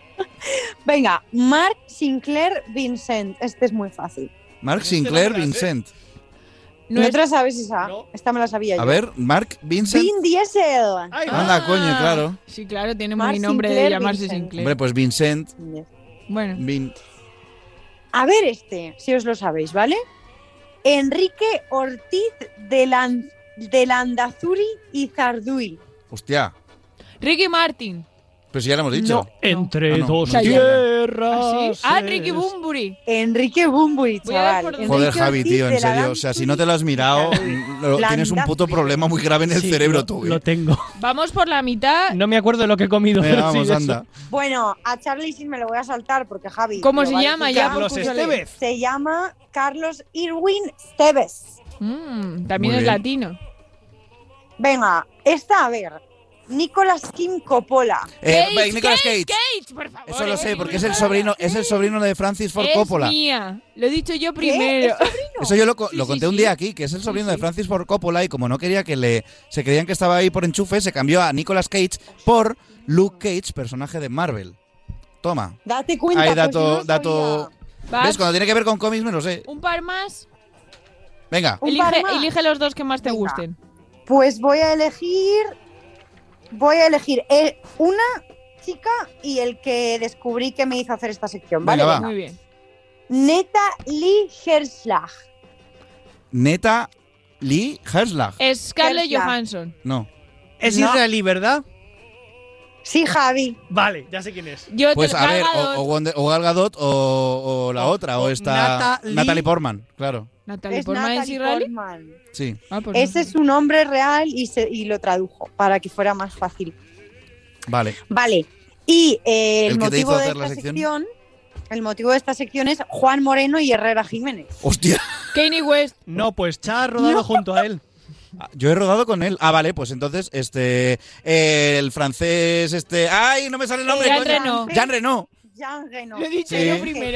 Venga, Mark Sinclair Vincent. Este es muy fácil. Mark Este Sinclair no me la sé. Vincent. No ¿No es- te la sabes esa? No. Esta me la sabía yo. A ver, Mark Vincent. Vin Diesel. Ay, Anda, Ah, coño, claro. Sí, claro, tiene Mark muy nombre de Sinclair llamarse Vincent. Sinclair. Hombre, pues Vincent. Bueno, Vin... A ver este, si os lo sabéis, ¿vale? Enrique Ortiz de, Lan- de Landazuri y Zarduy. Hostia, Ricky Martin. pues ya lo hemos dicho. Entre Ah, no. dos Chayanne. tierras. ¿Ah, sí? Ah, Ricky es- Bumburi. Enrique Bumburi, Voy a ver chaval. por dónde- Joder, Enrique Javi, Ortiz tío, en de la serio. O sea, si no te lo has mirado, lo- tienes un puto problema muy grave en el Sí, cerebro lo, tú. Lo ¿eh? tengo. Vamos por la mitad. No me acuerdo de lo que he comido. Venga, pero sí vamos, de anda. Bueno, a Charlie sí me lo voy a saltar porque Javi. ¿Cómo lo se va a llama? decir Ya, ya. Carlos concúrsale. Estevez. Se llama Carlos Irwin Steves. Mm, también Muy es bien. latino. Venga, esta, a ver. Nicolas Kim Coppola. Eh, Cage, va, Nicolas Cage. Cage, por favor. Eso lo eh, sé, porque es no el me sobrino, jodas. es el sobrino de Francis Ford Es Coppola. mía. Lo he dicho yo ¿Qué? primero. ¿Es sobrino? Eso yo lo, co- Sí, lo sí, conté un sí. día aquí, que es el sobrino Sí, de sí. Francis Ford Coppola y como no quería que le se creían que estaba ahí por enchufe, se cambió a Nicolas Cage por Luke Cage, personaje de Marvel. Toma. Date cuenta. Ahí pues dato, no lo dato. sabía. Vas, ¿Ves? Cuando tiene que ver con cómics me lo sé. un par más. Venga. Un par Elige, más. elige los dos que más te Venga. gusten. Pues voy a elegir. Voy a elegir eh, una chica y el que descubrí que me hizo hacer esta sección, ¿vale? Venga, va. Muy bien. Neta Lee Herschlag. Neta Lee Herschlag. Es Scarlett Herschlag. Johansson. No. Es No. israelí, ¿verdad? Sí, Javi. Vale, ya sé quién es. Yo Pues te a ver, Gal o, o, Gadot. Wonder- o Gal Gadot o, o la O- otra, o, o esta Natalie- Natalie Portman, claro. Natalie Es Portman es Natalie israelí. Portman. Sí. Ah, pues no Ese sé. es su nombre real y, se, y lo tradujo para que fuera más fácil. Vale. Vale. Y eh, el, ¿El que te hizo motivo de hacer la esta sección? sección, el motivo de esta sección es Juan Moreno y Herrera Jiménez. Hostia. Kanye West. No, pues Cha ha rodado junto a él. Yo he rodado con él. Ah, vale, pues entonces, este. eh, el francés, este. ¡Ay! No me sale el nombre. Jean coño. Reno. Jean Reno. Jean Reno. Lo he dicho Sí. yo primero.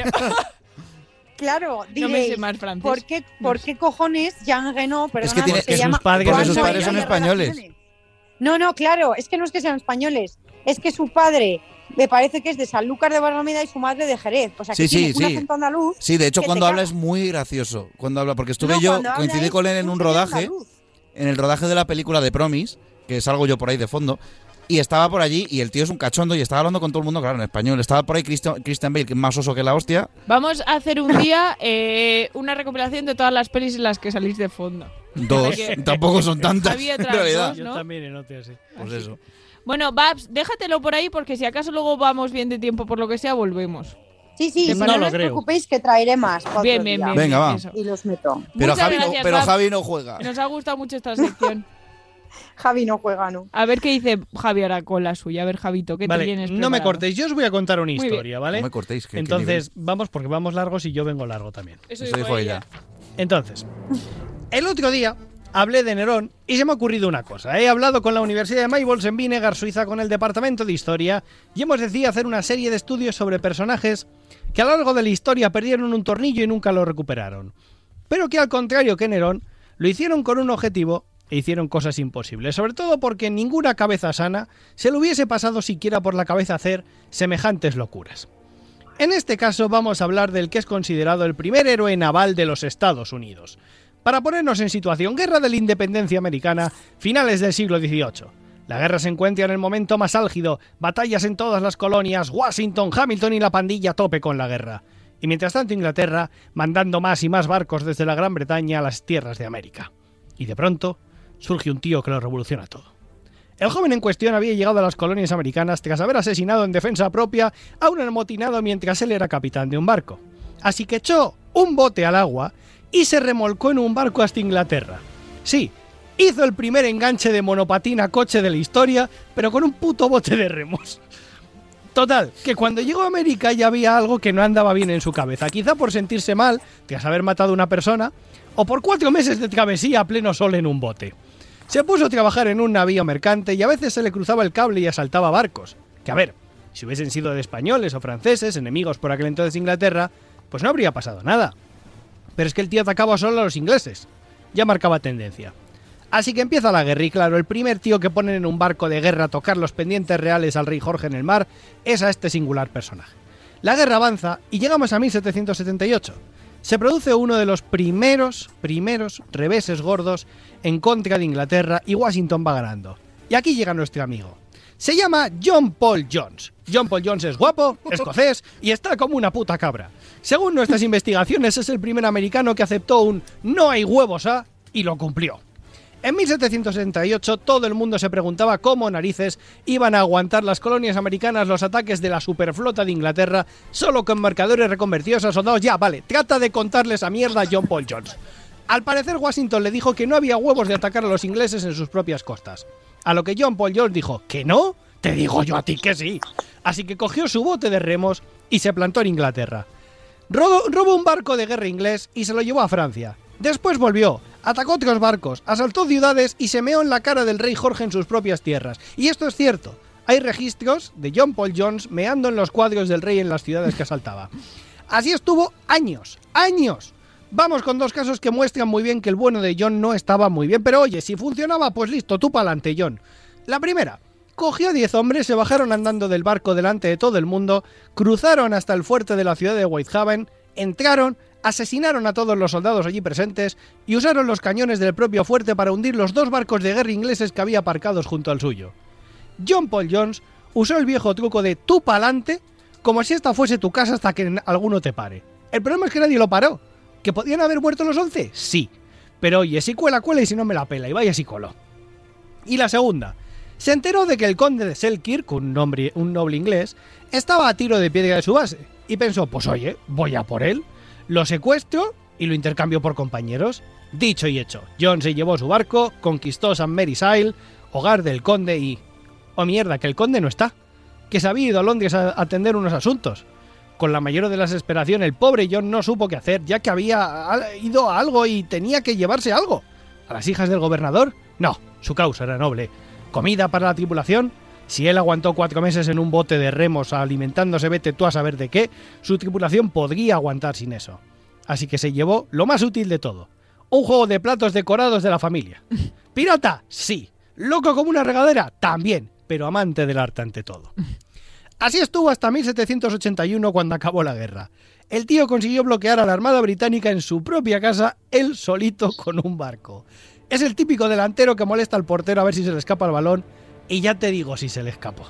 Claro, No me sé diréis, más francés. ¿por qué, ¿por qué cojones Jean Reno, perdona, Es que tiene- se que sus llama padres- Juan porque sus Moreno padres son y Herrera españoles. Jiménez? No, no, claro, es que no es que sean españoles, es que su padre me parece que es de Sanlúcar de Barrameda y su madre de Jerez, o sea que Sí, sí, tiene un sí. acento andaluz. Sí, de hecho, que cuando te habla cagas. es muy gracioso. Cuando habla, porque estuve No, yo, cuando habla coincidí es con él en un señor rodaje, andaluz. en el rodaje de la película de Promise, que salgo yo por ahí de fondo, y estaba por allí, y el tío es un cachondo, y estaba hablando con todo el mundo, claro, en español. Estaba por ahí Christian, Christian Bale, que es más oso que la hostia. Vamos a hacer un día eh, una recopilación de todas las pelis en las que salís de fondo. Dos. Porque Tampoco son tantas, había en otras realidad. dos, Yo ¿no? también anoté así. Pues eso. Bueno, Babs, déjatelo por ahí porque si acaso luego vamos bien de tiempo por lo que sea, volvemos. Sí, sí, Que si no no, lo os creo. preocupéis que traeré más. para Bien, otro bien, día. bien. Venga, bien, va. eso. Y los meto. Pero, Muchas Javi, no, gracias, pero Babs. Javi no juega. Nos ha gustado mucho esta sección. Javi no juega, ¿no? A ver qué dice Javi ahora con la suya. A ver, Javito, ¿qué te Vale, tienes no me preparado? cortéis, yo os voy a contar una bien. historia, ¿vale? No me cortéis, que- que Entonces, vamos, porque vamos largos y yo vengo largo también. Eso Eso dijo dijo ella. ella. Entonces, el otro día hablé de Nerón y se me ha ocurrido una cosa. He hablado con la Universidad de Maybols en Vinegar, Suiza, con el Departamento de Historia y hemos decidido hacer una serie de estudios sobre personajes que a lo largo de la historia perdieron un tornillo y nunca lo recuperaron. Pero que al contrario que Nerón, lo hicieron con un objetivo e hicieron cosas imposibles. Sobre todo porque ninguna cabeza sana se le hubiese pasado siquiera por la cabeza hacer semejantes locuras. En este caso vamos a hablar del que es considerado el primer héroe naval de los Estados Unidos. Para ponernos en situación, Guerra de la Independencia Americana, finales del siglo dieciocho. La guerra se encuentra en el momento más álgido, batallas en todas las colonias, Washington, Hamilton y la pandilla a tope con la guerra. Y mientras tanto Inglaterra, mandando más y más barcos desde la Gran Bretaña a las tierras de América. Y de pronto, surge un tío que lo revoluciona todo. El joven en cuestión había llegado a las colonias americanas tras haber asesinado en defensa propia a un amotinado mientras él era capitán de un barco. Así que echó un bote al agua y se remolcó en un barco hasta Inglaterra. Sí, hizo el primer enganche de monopatín a coche de la historia, pero con un puto bote de remos. Total, que cuando llegó a América ya había algo que no andaba bien en su cabeza. Quizá por sentirse mal, tras haber matado a una persona, o por cuatro meses de travesía a pleno sol en un bote. Se puso a trabajar en un navío mercante y a veces se le cruzaba el cable y asaltaba barcos. Que a ver, si hubiesen sido de españoles o franceses, enemigos por aquel entonces de Inglaterra, pues no habría pasado nada. Pero es que el tío atacaba solo a los ingleses. Ya marcaba tendencia. Así que empieza la guerra y claro, el primer tío que ponen en un barco de guerra a tocar los pendientes reales al rey Jorge en el mar es a este singular personaje. La guerra avanza y llegamos a mil setecientos setenta y ocho. Se produce uno de los primeros, primeros reveses gordos en contra de Inglaterra y Washington va ganando. Y aquí llega nuestro amigo. Se llama John Paul Jones. John Paul Jones es guapo, escocés y está como una puta cabra. Según nuestras investigaciones es el primer americano que aceptó un no hay huevos a y lo cumplió. En mil setecientos setenta y ocho todo el mundo se preguntaba cómo narices iban a aguantar las colonias americanas los ataques de la superflota de Inglaterra solo con marcadores reconvertidos a soldados. Ya, vale, trata de contarles a mierda a John Paul Jones. Al parecer Washington le dijo que no había huevos de atacar a los ingleses en sus propias costas. A lo que John Paul Jones dijo, ¿que no? Te digo yo a ti que sí. Así que cogió su bote de remos y se plantó en Inglaterra. Robó, robó un barco de guerra inglés y se lo llevó a Francia. Después volvió, atacó otros barcos, asaltó ciudades y se meó en la cara del rey Jorge en sus propias tierras. Y esto es cierto, hay registros de John Paul Jones meando en los cuadros del rey en las ciudades que asaltaba. Así estuvo años, años. Vamos con dos casos que muestran muy bien que el bueno de John no estaba muy bien, pero oye, si funcionaba, pues listo, tú pa'lante, John. La primera, cogió a diez hombres, se bajaron andando del barco delante de todo el mundo, cruzaron hasta el fuerte de la ciudad de Whitehaven, entraron, asesinaron a todos los soldados allí presentes y usaron los cañones del propio fuerte para hundir los dos barcos de guerra ingleses que había aparcados junto al suyo. John Paul Jones usó el viejo truco de tú pa'lante como si esta fuese tu casa hasta que alguno te pare. El problema es que nadie lo paró. ¿Que podían haber muerto los once? Sí. Pero oye, si cuela, cuela y si no me la pela, y vaya si coló. Y la segunda. Se enteró de que el conde de Selkirk, un, nombre, un noble inglés, estaba a tiro de piedra de su base. Y pensó, pues oye, voy a por él. Lo secuestro y lo intercambio por compañeros. Dicho y hecho, John se llevó su barco, conquistó San Mary's Isle, hogar del conde y... ¡Oh mierda, que el conde no está! Que se había ido a Londres a atender unos asuntos. Con la mayor de la desesperación, el pobre John no supo qué hacer, ya que había ido a algo y tenía que llevarse algo. ¿A las hijas del gobernador? No, su causa era noble. ¿Comida para la tripulación? Si él aguantó cuatro meses en un bote de remos alimentándose vete tú a saber de qué, su tripulación podría aguantar sin eso. Así que se llevó lo más útil de todo. Un juego de platos decorados de la familia. ¿Pirata? Sí. ¿Loco como una regadera? También. Pero amante del arte ante todo. Así estuvo hasta mil setecientos ochenta y uno cuando acabó la guerra. El tío consiguió bloquear a la Armada Británica en su propia casa, él solito con un barco. Es el típico delantero que molesta al portero a ver si se le escapa el balón. Y ya te digo si se le escapó.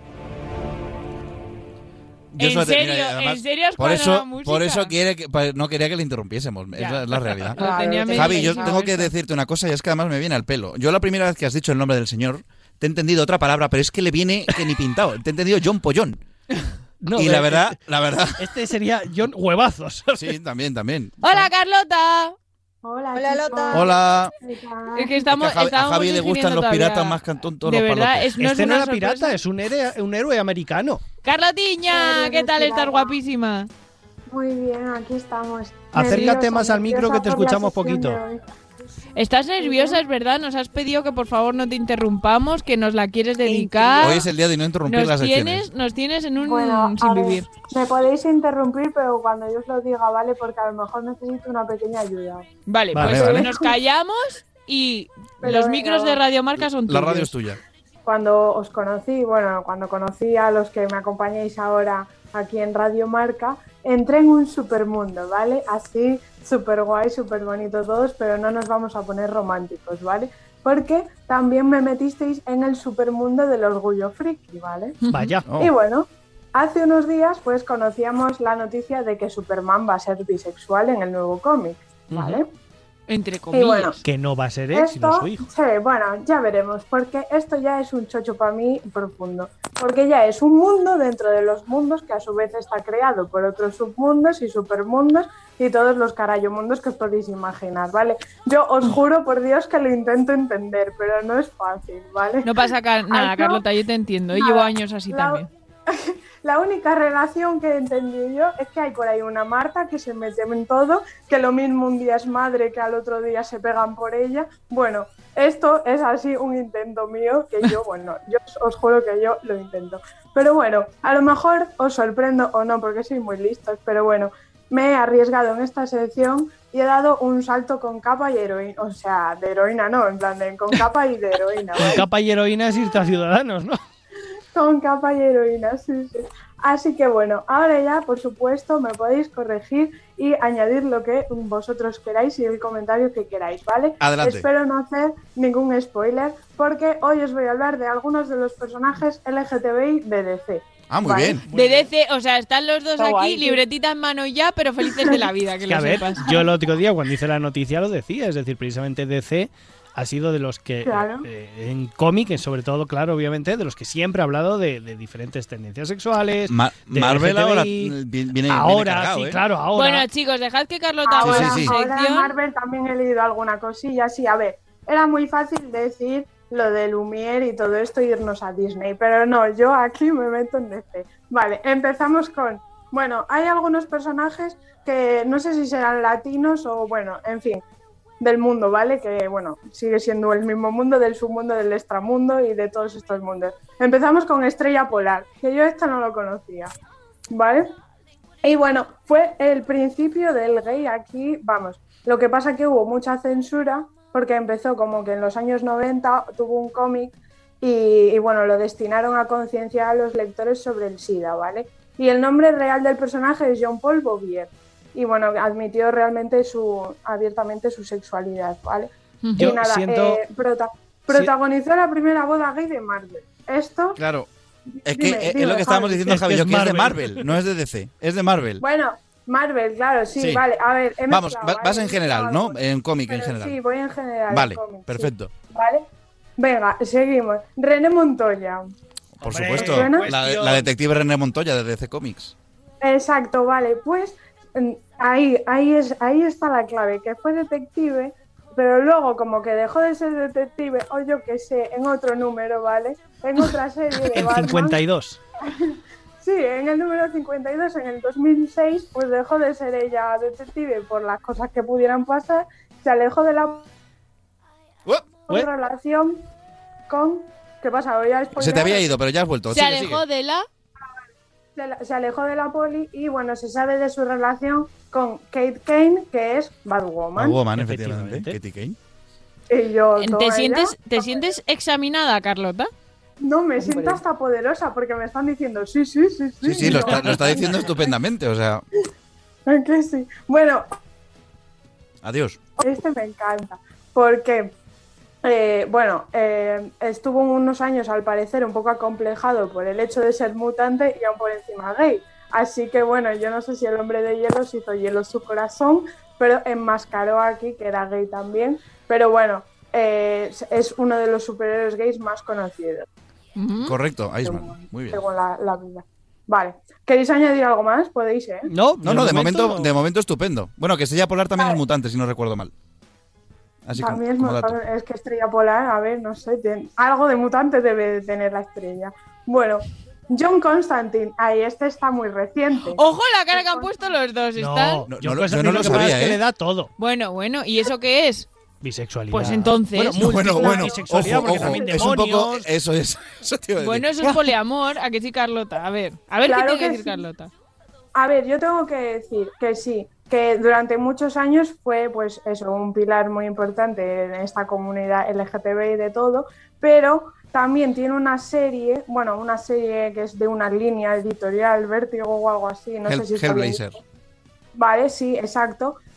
¿En serio? Mira, además, ¿En serio has por eso, la música? por eso quiere que, no quería que le interrumpiésemos. Ya. Es la, la realidad. Claro, Javi, yo tengo que decirte una cosa y es que además me viene al pelo. Yo la primera vez que has dicho el nombre del señor te he entendido otra palabra, pero es que le viene que ni pintado. Te he entendido John Pollón. No, y la verdad, este, la verdad... Este sería John Huevazos. Sí, también, también. ¡Hola, Carlota! Hola, Hola Lota. Hola. Es que estamos, es que a, Javi, a Javi le gustan los piratas todavía. Más que a todos de los verdad, es, no este es no era sorpresa. pirata, es un héroe, un héroe americano. Carlotiña, ¿qué tal? Estás guapísima. Muy bien, aquí estamos. Acércate nerviosa, más al micro que te escuchamos poquito. Estás nerviosa, es verdad. Nos has pedido que por favor no te interrumpamos, que nos la quieres dedicar. Hoy es el día de no interrumpir nos las tienes, secciones. Nos tienes en un bueno, sin ver, vivir. Me podéis interrumpir, pero cuando yo os lo diga, ¿vale? Porque a lo mejor necesito una pequeña ayuda. Vale, vale pues vale. nos callamos y pero los micros bueno, de Radio Marca son tuyos. La radio es tuya. Cuando os conocí, bueno, cuando conocí a los que me acompañáis ahora aquí en Radio Marca, entré en un supermundo, ¿vale? Así, súper guay, súper bonito todos, pero no nos vamos a poner románticos, ¿vale? Porque también me metisteis en el supermundo del orgullo friki, ¿vale? Vaya. Oh. Y bueno, hace unos días pues conocíamos la noticia de que Superman va a ser bisexual en el nuevo cómic, ¿vale? Uh-huh. Entre comillas. bueno, Que no va a ser él, sino Esto, su hijo. sí, bueno, ya veremos, porque esto ya es un chocho para mí profundo, porque ya es un mundo dentro de los mundos que a su vez está creado por otros submundos y supermundos y todos los carayomundos que os podéis imaginar, ¿vale? Yo os juro por Dios que lo intento entender, pero no es fácil, ¿vale? No pasa ca- nada, Ay, no, Carlota, yo te entiendo. Yo nada. llevo años así La- también. La única relación que he entendido yo es que hay por ahí una Marta que se mete en todo, que lo mismo un día es madre que al otro día se pegan por ella. Bueno, esto es así un intento mío que yo, bueno, yo os, os juro que yo lo intento. Pero bueno, a lo mejor os sorprendo o no porque soy muy listos, pero bueno, me he arriesgado en esta sección y he dado un salto con capa y heroína, o sea, de heroína no, en plan de con capa y de heroína. Con ¿vale? capa y heroína es irte a Ciudadanos, ¿no? Con capa y heroína, sí, sí. Así que bueno, ahora ya, por supuesto, me podéis corregir y añadir lo que vosotros queráis y el comentario que queráis, ¿vale? Adelante. Espero no hacer ningún spoiler, porque hoy os voy a hablar de algunos de los personajes L G T B I de D C. Ah, muy ¿vale? bien. De D C, o sea, están los dos Está aquí, guay, sí. libretita en mano ya, pero felices de la vida, que Que lo a ver, sepas. yo el otro día cuando hice la noticia lo decía, es decir, precisamente D C ha sido de los que Claro. eh, en cómic, sobre todo, claro, obviamente, de los que siempre ha hablado de, de diferentes tendencias sexuales. Ma- de Marvel L G T B I. ahora viene, viene ahora, cargado, sí, ¿eh? claro, ahora. Bueno, chicos, dejad que Carlota Ahora, haga sí, sí. su ahora de sección. Marvel también he leído alguna cosilla, sí, a ver, era muy fácil decir lo de Lumière y todo esto, irnos a Disney, pero no, yo aquí me meto en D C. Vale, empezamos con, bueno, hay algunos personajes que no sé si serán latinos o, bueno, en fin, del mundo, ¿vale? Que, bueno, sigue siendo el mismo mundo, del submundo, del extramundo y de todos estos mundos. Empezamos con Estrella Polar, que yo esto no lo conocía, ¿vale? Y bueno, fue el principio del gay aquí, vamos. Lo que pasa que hubo mucha censura porque empezó como que en los años noventa tuvo un cómic y, y bueno, lo destinaron a concienciar a los lectores sobre el SIDA, ¿vale? Y el nombre real del personaje es Jean-Paul Bouvier. Y bueno, admitió realmente su, abiertamente su sexualidad, ¿vale? Yo y nada, siento- eh, prota- protagonizó la primera boda gay de Marvel. Esto, Claro. Es que Dime, es- es dime, lo que estábamos Javi. diciendo, Es que Javi, es yo, que es de Marvel. Marvel, no es de D C, es de Marvel. bueno, Marvel, claro, sí, Sí. vale, a ver, he Vamos, mezclado, va- ¿vale? vas He en general, mezclado ¿no? En cómic en Pero general. Sí, voy en general. Vale, en cómic, sí. perfecto. Vale. Venga, seguimos. René Montoya. Por Hombre, supuesto, ¿suena? la, la detective René Montoya de D C Comics. Exacto, vale. Pues mm, ahí, ahí, es, ahí está la clave, que fue detective, pero luego como que dejó de ser detective, o yo qué sé, en otro número, ¿vale? En otra serie de En Batman. cincuenta y dos. Sí, en el número cincuenta y dos, en el dos mil seis, pues dejó de ser ella detective por las cosas que pudieran pasar, se alejó de la Uh, ¿Eh? relación con... ¿Qué pasa? Voy a Se spoilear. te había ido, pero ya has vuelto. Se Sigue, alejó sigue. de la... Se, la- se alejó de la poli y bueno, se sabe de su relación con Kate Kane, que es Batwoman. Woman, efectivamente. Efectivamente. Katie Kane. Y yo, ¿Te toma sientes, ya. ¿Te sientes examinada, Carlota? No, me siento hasta poderosa porque me están diciendo sí, sí, sí, sí. Sí, sí, Y lo yo, está, lo está diciendo estupendamente, o sea, "¿A que sí?". Bueno, adiós. este me encanta porque, eh, bueno, eh, estuvo unos años al parecer un poco acomplejado por el hecho de ser mutante y aún por encima gay. Así que bueno, yo no sé si el hombre de hielo se hizo hielo su corazón, pero enmascaró aquí que era gay también. Pero bueno, eh, es uno de los superhéroes gays más conocidos. Correcto, Iceman. Muy bien. Según la, la vida. Vale. ¿Queréis añadir algo más? Podéis, ¿eh? No, No, no, de momento, de momento estupendo. Bueno, que Estrella Polar también es mutante, si no recuerdo mal. Así como, También es, como mu- dato. es que Estrella Polar, a ver, no sé, tiene- algo de mutante debe de tener la estrella. Bueno, John Constantine, ahí este está muy reciente. ¡Ojo la cara que han puesto los dos! Están... No, Yo, no, cosa- yo no lo que pasa sabía, es que ¿eh? le da todo. Bueno, bueno, ¿y eso qué es? Bisexualidad. Pues entonces... Bueno, No, bueno, múltiple bueno, bisexualidad, ojo, porque ojo, también es un poco, demonios. eso es, eso te iba a decir. Bueno, eso es poliamor, ¿a que sí, Carlota? A ver, a ver Claro qué tiene que que decir sí. Carlota. A ver, yo tengo que decir que sí, que durante muchos años fue, pues eso, un pilar muy importante en esta comunidad L G T B y de todo, pero también tiene una serie, bueno, una serie que es de una línea editorial, Vértigo o algo así, no Hell- sé si está bien Hellblazer. dicho. Vale, sí, exacto,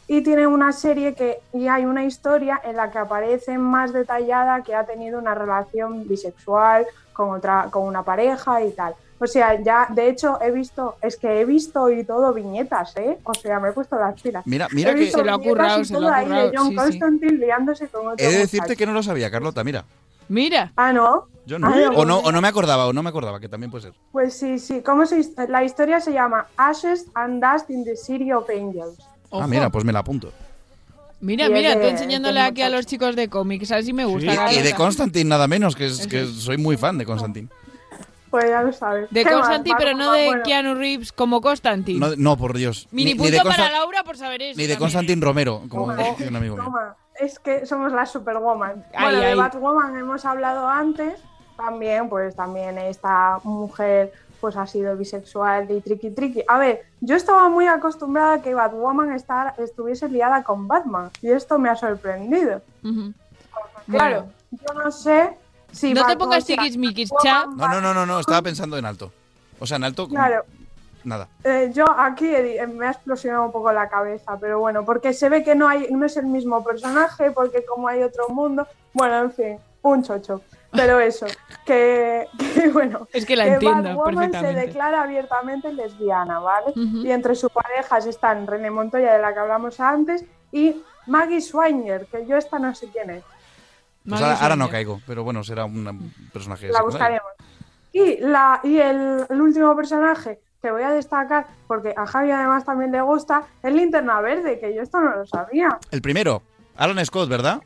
y tiene una serie que y hay una historia en la que aparece más detallada que ha tenido una relación bisexual con otra con una pareja y tal. O sea, ya de hecho he visto, es que he visto y todo viñetas, ¿eh? O sea, me he puesto las pilas. Mira, mira he que visto se lo ha currado, y se lo todo ha ahí currado, de John sí, sí. Constantine liándose con otro He de decirte muchacho. que no lo sabía, Carlota, mira. Mira. Ah, ¿no? Yo no. Ah, O no, o no me acordaba, o no me acordaba, que también puede ser. Pues sí, sí. ¿Cómo se, la historia se llama Ashes and Dust in the City of Angels. Ah, mira, pues me la apunto. Mira, Y mira, es tú de- enseñándole de aquí a los chicos de cómics, así me gusta. Y, y Carlota. de Constantine nada menos, que, es, que soy muy fan de Constantine. Pues ya lo sabes. De ¿Qué más? Constantine, pero no Batwoman, de bueno. Keanu Reeves como Constantine. No, no, por Dios. Mini Ni- punto ni de para Constan- Laura por saber eso. Ni de también. Constantine Romero, como Ojo, dice un amigo mío. toma. Es que somos las Superwoman. Ay, bueno, de ay. Batwoman hemos hablado antes. También, pues también esta mujer pues ha sido bisexual y triqui triqui. A ver, yo estaba muy acostumbrada a que Batwoman estar, estuviese liada con Batman y esto me ha sorprendido. Ujú. Claro, yo no sé si No te Batwoman- pongas o sea, tiquismiquis, Batwoman- cha. No, no, no, no, no, estaba pensando en alto. O sea, en alto, como- Claro. nada. Eh, yo aquí he- me ha explosionado un poco la cabeza, pero bueno, porque se ve que no hay, no es el mismo personaje, porque como hay otro mundo, bueno, en fin, un chocho. Pero eso, que, que bueno, Es que la que entiendo Batwoman se perfectamente. declara abiertamente lesbiana, ¿vale? Ujú. Y entre sus parejas están René Montoya, de la que hablamos antes, y Maggie Swanger, que yo esta no sé quién es. Pues ahora, ahora no caigo, pero bueno, será un personaje La secundario. buscaremos. Y, la, y el, el último personaje que voy a destacar, porque a Javi además también le gusta, es Linterna Verde, que yo esto no lo sabía. El primero, Alan Scott, ¿verdad?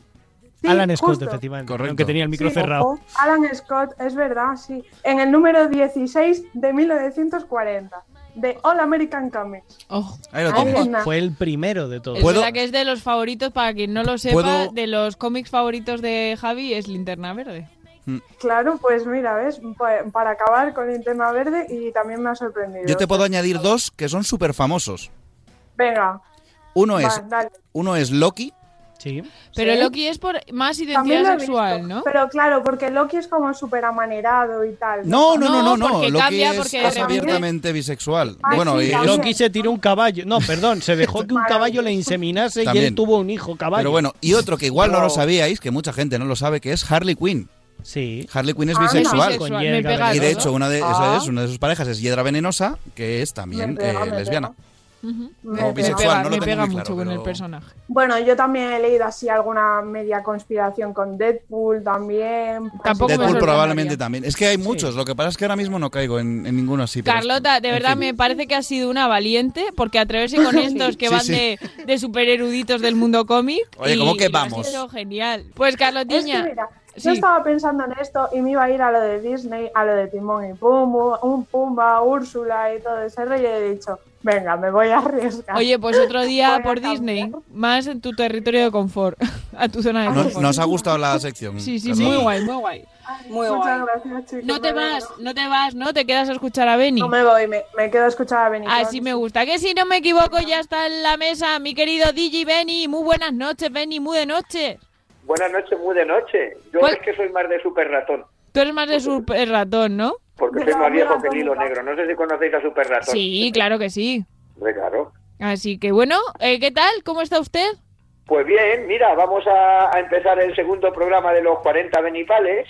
Sí, Alan Scott, justo. efectivamente. Correcto. Aunque tenía el micro Sí, cerrado. ojo, Alan Scott, es verdad, sí. En el número dieciséis de mil novecientos cuarenta, de All American Comics. Ojo. Ahí lo Ahí tienes. está. Fue el primero de todos. Es ¿Puedo- verdad que es de los favoritos, para quien no lo sepa, ¿Puedo- de los cómics favoritos de Javi es Linterna Verde. Claro, pues mira, ¿ves? Pa- Para acabar con Linterna Verde y también me ha sorprendido. Yo te puedo añadir dos que son súper famosos. Venga, Uno va, es, dale. uno es Loki. Sí. Pero Sí. Loki es por más También identidad lo he sexual, visto, ¿no? Pero claro, porque Loki es como súper amanerado y tal. No, no, no, No, no, no. porque Loki cambia, es, porque de es repente- abiertamente bisexual. Ah, bueno, sí, y también. Loki se tiró un caballo. No, perdón, se dejó que un caballo le inseminase y También. él tuvo un hijo caballo. pero bueno, y otro que igual no No. lo sabíais, que mucha gente no lo sabe, que es Harley Quinn. Sí. Harley Quinn es Ah, bisexual. bisexual, Con me Hiedra pega Y de todo. hecho, una de, eso Ah. es, una de sus parejas es Hiedra Venenosa, que es también Me pega, eh, me lesbiana. pega. Ujú. Me Me, pega. me bisexual, pega, no lo me tengo pega muy mucho claro, con el pero- personaje. Bueno, yo también he leído así alguna media conspiración con Deadpool también. Tampoco me Deadpool sorprendería. probablemente también. Es que hay muchos, lo que pasa es que ahora mismo no caigo en, en ninguno así. pero es- Carlota, de en verdad fin. me parece que has sido una valiente, porque atreverse con estos que Sí, van sí. de, de super eruditos del mundo cómic. Oye, y ¿cómo que lo has vamos? hecho genial. Pues Es que Carlotiña, mira, sí. yo estaba pensando en esto y me iba a ir a lo de Disney, a lo de Timón y Pumba, un Pumba, Úrsula y todo ese rollo y he dicho, venga, me voy a arriesgar. Oye, pues otro día Voy a por cambiar. Disney, más en tu territorio de confort, a tu zona de No- confort. ¿Nos ha gustado la sección? Sí, sí, sí, Carlota? muy guay, muy guay. Muy Muchas guay. gracias, chicos. No te me vas, alegro. no te vas, ¿no? Te quedas a escuchar a Beni. No me voy, me, me quedo a escuchar a Benny. Así me gusta. Que si no me equivoco ya está en la mesa mi querido D J Beni. Muy buenas noches, Beni, muy de noche. Buenas noches, muy de noche. Yo ¿Cuál? es que soy más de Super Ratón, Tú eres más de super ratón, ¿no? porque De soy la más viejo que amiga el hilo Tónica. negro. No sé si conocéis a Super Ratón. Sí, claro que sí. Hombre, claro. Así que bueno, eh, ¿qué tal? ¿Cómo está usted? Pues bien, mira, vamos a, a empezar el segundo programa de los cuarenta Benipales.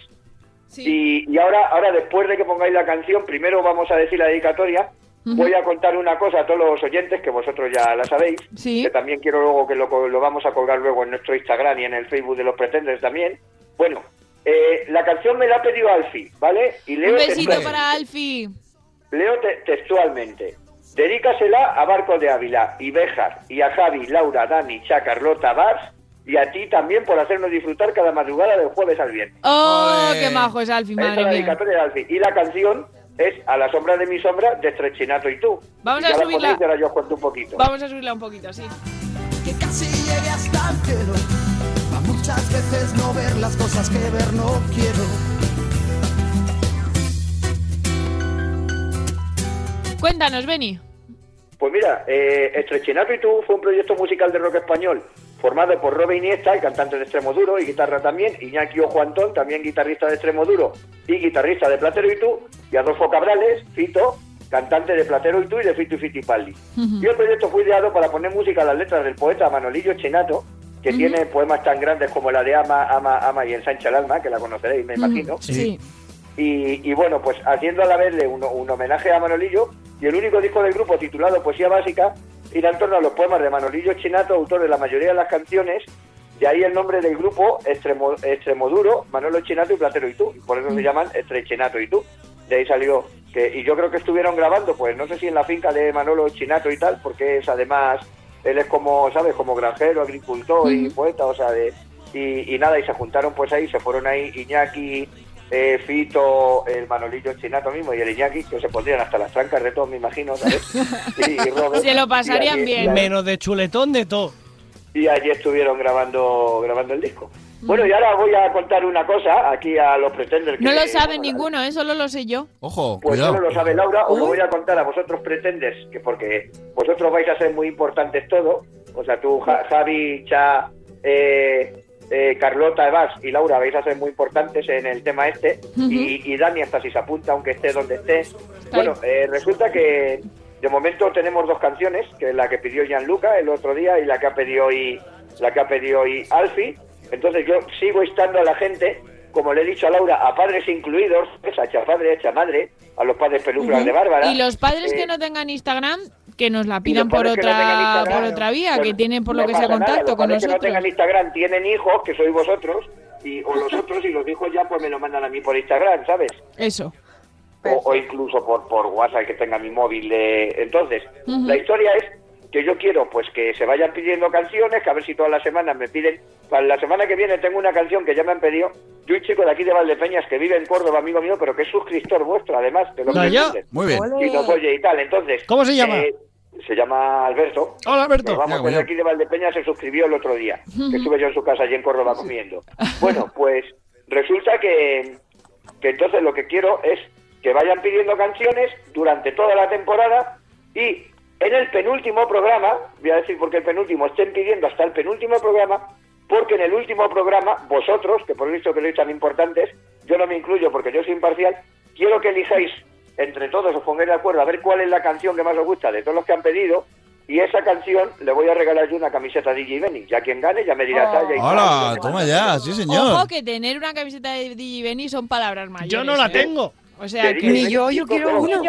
Sí. Y, y ahora, ahora, después de que pongáis la canción, primero vamos a decir la dedicatoria. Ujú. Voy a contar una cosa a todos los oyentes, que vosotros ya la sabéis. Sí. Que también quiero luego que lo, lo vamos a colgar luego en nuestro Instagram y en el Facebook de los Pretenders también. Bueno, eh, la canción me la ha pedido Alfie, ¿vale? Y leo Un besito textualmente. para Alfie. Leo te- textualmente. Dedícasela a Barco de Ávila, y Béjar, y a Javi, Laura, Dani, Cha, Carlota, Bars, y a ti también por hacernos disfrutar cada madrugada del jueves al viernes. ¡Oh, Ole. qué majo es Alfie, Esa es madre la mía! dedicatoria de Alfie. Y la canción es A la sombra de mi sombra, de Estrechinato y tú. Vamos Y a ya la subirla. ponéis y ahora yo os cuento un poquito. Vamos a subirla un poquito, sí. Que casi llegue hasta el cielo. Va muchas veces no ver las cosas que ver no quiero. Cuéntanos, Beni. Pues mira, eh, Estrechinato y tú fue un proyecto musical de rock español formado por Robe Iniesta, el cantante de Extremo Duro y guitarra también, Iñaki Ojo Antón, también guitarrista de Extremo Duro y guitarrista de Platero y tú, y Adolfo Cabrales, Fito, cantante de Platero y tú y de Fito y Fitipaldi. Uh-huh. Y el proyecto fue ideado para poner música a las letras del poeta Manolillo Chenato, que uh-huh. tiene poemas tan grandes como la de Ama, Ama, Ama y Ensancha el alma, que la conoceréis, me uh-huh. imagino. Sí. Y, y bueno, pues haciendo a la vez un, un homenaje a Manolillo, y el único disco del grupo titulado Poesía Básica irá en torno a los poemas de Manolillo Chenato, autor de la mayoría de las canciones. De ahí el nombre del grupo, Extremo, Extremoduro, Manolo Chenato y Platero y tú. Por eso se llaman Estrechenato y tú. De ahí salió. que Y yo creo que estuvieron grabando, pues no sé si en la finca de Manolo Chenato y tal, porque es además, él es como, ¿sabes? Como granjero, agricultor y poeta, o sea, de y, y nada, y se juntaron pues ahí, se fueron ahí Iñaki, eh, Fito, el Manolillo Chenato mismo y el Iñaki, que se pondrían hasta las trancas de todos, me imagino, ¿sabes? Y, y Robert, se lo pasarían y allí, bien. y allí, menos de chuletón de todo. Y allí estuvieron grabando grabando el disco. Bueno, y ahora voy a contar una cosa aquí a los pretenders. No que, lo sabe bueno, ninguno, ¿eh? Solo lo sé yo. Ojo, pues cuidado. solo lo sabe Laura, os lo voy a contar a vosotros pretenders, que porque vosotros vais a ser muy importantes todo. O sea, tú, ja, Javi, Cha, eh, eh, Carlota, Evas y Laura vais a ser muy importantes en el tema este. Uh-huh. y, y Dani hasta si se apunta, aunque esté donde esté. Bueno, eh, resulta que de momento tenemos dos canciones, que es la que pidió Gianluca el otro día y la que ha pedido hoy, la que ha pedido hoy Alfie. Entonces yo sigo instando a la gente, como le he dicho a Laura, a padres incluidos, a echa padre, echa madre, a los padres películas uh-huh. de Bárbara. Y los padres eh, que no tengan Instagram, que nos la pidan por otra no por otra vía, pues, que tienen por lo no que sea contacto con nosotros. Los que no tengan Instagram tienen hijos, que sois vosotros, y o los otros, y los hijos ya pues me lo mandan a mí por Instagram, ¿sabes? Eso. O, o incluso por, por WhatsApp, que tenga mi móvil. De... Entonces, uh-huh. la historia es que yo quiero pues que se vayan pidiendo canciones, que a ver si todas las semanas me piden. Para la semana que viene tengo una canción que ya me han pedido de un chico de aquí de Valdepeñas que vive en Córdoba, amigo mío, pero que es suscriptor vuestro, además. De lo que ya. Muy bien. Y nos oye y tal. Entonces, ¿cómo se llama? Eh, se llama Alberto. Hola, Alberto. Nos vamos, desde aquí de Valdepeñas se suscribió el otro día, que estuve yo en su casa allí en Córdoba comiendo. Bueno, pues resulta que, que entonces lo que quiero es que vayan pidiendo canciones durante toda la temporada y en el penúltimo programa, voy a decir porque el penúltimo, estén pidiendo hasta el penúltimo programa, porque en el último programa, vosotros, que por visto que sois tan importantes, yo no me incluyo porque yo soy imparcial, quiero que elijáis entre todos, os pongáis de acuerdo a ver cuál es la canción que más os gusta de todos los que han pedido, y esa canción le voy a regalar yo una camiseta de D J Benny. Ya quien gane ya me dirá oh. talla y ¡Hola! Toma ya, sí señor. Ojo que tener una camiseta de D J Benny son palabras mayores. Yo no la ¿eh? tengo. O sea, que... Ni yo, yo quiero una.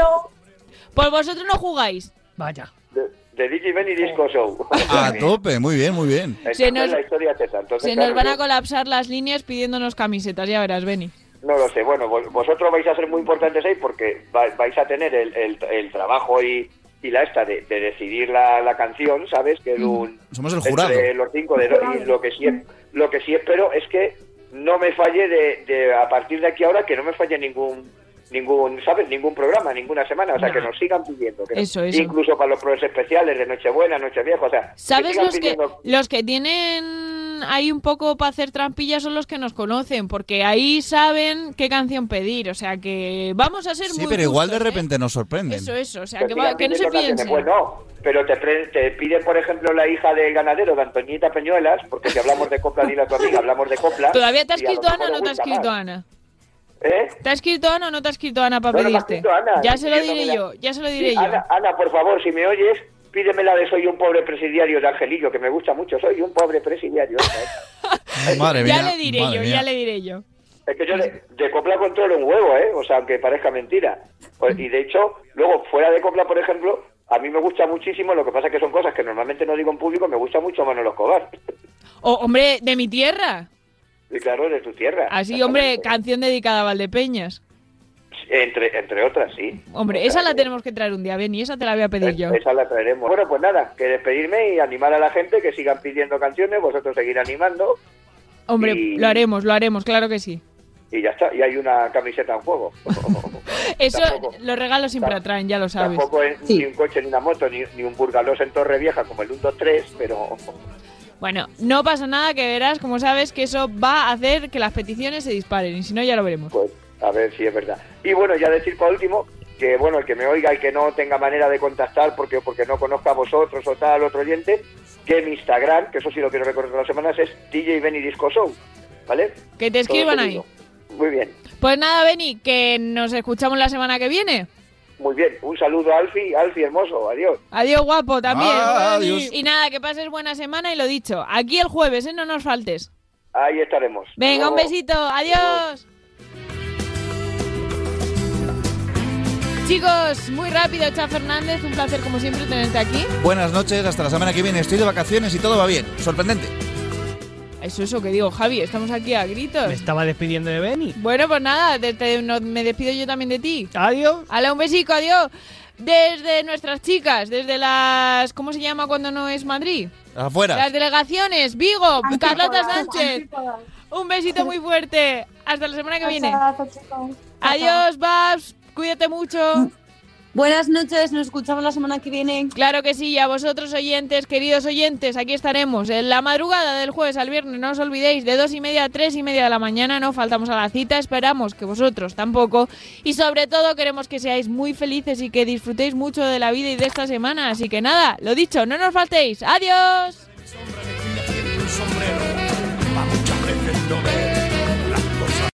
Pues vosotros no jugáis. Vaya. De, de D J Benny Disco Show. A tope, muy bien, muy bien. Entonces, se nos, la historia es esa. Entonces, se claro, nos van yo... a colapsar las líneas pidiéndonos camisetas, ya verás, Benny. No lo sé, bueno, vos, vosotros vais a ser muy importantes ahí porque va, vais a tener el, el, el trabajo y, y la esta de, de decidir la, la canción, ¿sabes? Que es un... Somos el jurado. Entre los cinco de y lo que sí lo que sí espero es que no me falle de, de a partir de aquí ahora, que no me falle ningún ningún, ¿sabes? Ningún programa, ninguna semana, o sea, no. que nos sigan pidiendo. Que eso, nos, eso. Incluso para los programas especiales de Nochebuena, Nochevieja, o sea... ¿Sabes que los pidiendo... que los que tienen ahí un poco para hacer trampillas son los que nos conocen, porque ahí saben qué canción pedir, o sea, que vamos a ser sí, muy pero igual justos, de repente ¿eh? nos sorprenden. Eso, eso, o sea, que, que, va, que no se piense. Pues no, pero te, pre, te piden, por ejemplo, la hija del ganadero, de Antoñita Peñuelas, porque si hablamos de copla, dile a tu amiga, hablamos de copla... ¿Todavía te ha escrito Ana o no te ha escrito más. Ana? ¿Eh? ¿Te ha escrito Ana o no te ha escrito Ana para no, pedirte? No Ana, ya se lo diré la... yo, ya se lo diré sí, yo. Ana, Ana, por favor, si me oyes, pídeme la de Soy un pobre presidiario de Angelillo, que me gusta mucho. Soy un pobre presidiario. Madre mía, ya le diré yo, mía. ya le diré yo. Es que yo de, de copla controlo un huevo, ¿eh? O sea, aunque parezca mentira. Pues, y de hecho, luego, fuera de copla, por ejemplo, a mí me gusta muchísimo, lo que pasa es que son cosas que normalmente no digo en público, me gusta mucho Manolo Escobar. Oh, hombre, de mi tierra. Y claro, de tu tierra. Así, hombre, canción dedicada a Valdepeñas. Entre, entre otras, sí. Hombre, esa la tenemos que traer un día, Benny, esa te la voy a pedir es, yo. Esa la traeremos. Bueno, pues nada, que despedirme y animar a la gente que sigan pidiendo canciones, vosotros seguir animando. Hombre, y... lo haremos, lo haremos, claro que sí. Y ya está, y hay una camiseta en juego. Eso, tampoco, los regalos siempre atraen, ya lo sabes. Tampoco es sí. ni un coche, ni una moto, ni, ni un burgalós en Torre Vieja como el uno dos tres, pero... Bueno, no pasa nada, que verás, como sabes, que eso va a hacer que las peticiones se disparen, y si no, ya lo veremos. Pues a ver si es verdad. Y bueno, ya decir por último, que bueno, el que me oiga y que no tenga manera de contactar porque porque no conozca a vosotros o tal, otro oyente, que mi Instagram, que eso sí lo quiero recordar todas las semanas, es D J Benny Disco Show, ¿vale? Que te escriban ahí. Muy bien. Pues nada, Benny, que nos escuchamos la semana que viene. Muy bien, un saludo a Alfie, Alfie hermoso, adiós. Adiós, guapo, también. Ah, adiós. Y nada, que pases buena semana y lo dicho, aquí el jueves, ¿eh? No nos faltes. Ahí estaremos. Venga, un Luego. besito, adiós. Chicos, muy rápido, Cha Fernández, un placer como siempre tenerte aquí. Buenas noches, hasta la semana que viene. Estoy de vacaciones y todo va bien. Sorprendente. Eso, eso que digo, Javi, estamos aquí a gritos. Me estaba despidiendo de Beni. Bueno, pues nada, te- te- no- me despido yo también de ti. Adiós. Hala, un besico, adiós. Desde nuestras chicas, desde las... ¿Cómo se llama cuando no es Madrid? Afuera. Las delegaciones, Vigo, Antípodas, Carlota Sánchez. antípodas. Un besito muy fuerte. Hasta la semana que viene. Abrazo, chicos. Adiós, Babs. Cuídate mucho. Buenas noches, nos escuchamos la semana que viene. Claro que sí, y a vosotros oyentes, queridos oyentes, aquí estaremos en la madrugada del jueves al viernes, no os olvidéis, de dos y media a tres y media de la mañana, no faltamos a la cita, esperamos que vosotros tampoco, y sobre todo queremos que seáis muy felices y que disfrutéis mucho de la vida y de esta semana, así que nada, lo dicho, no nos faltéis, ¡adiós! Va muchas veces no ver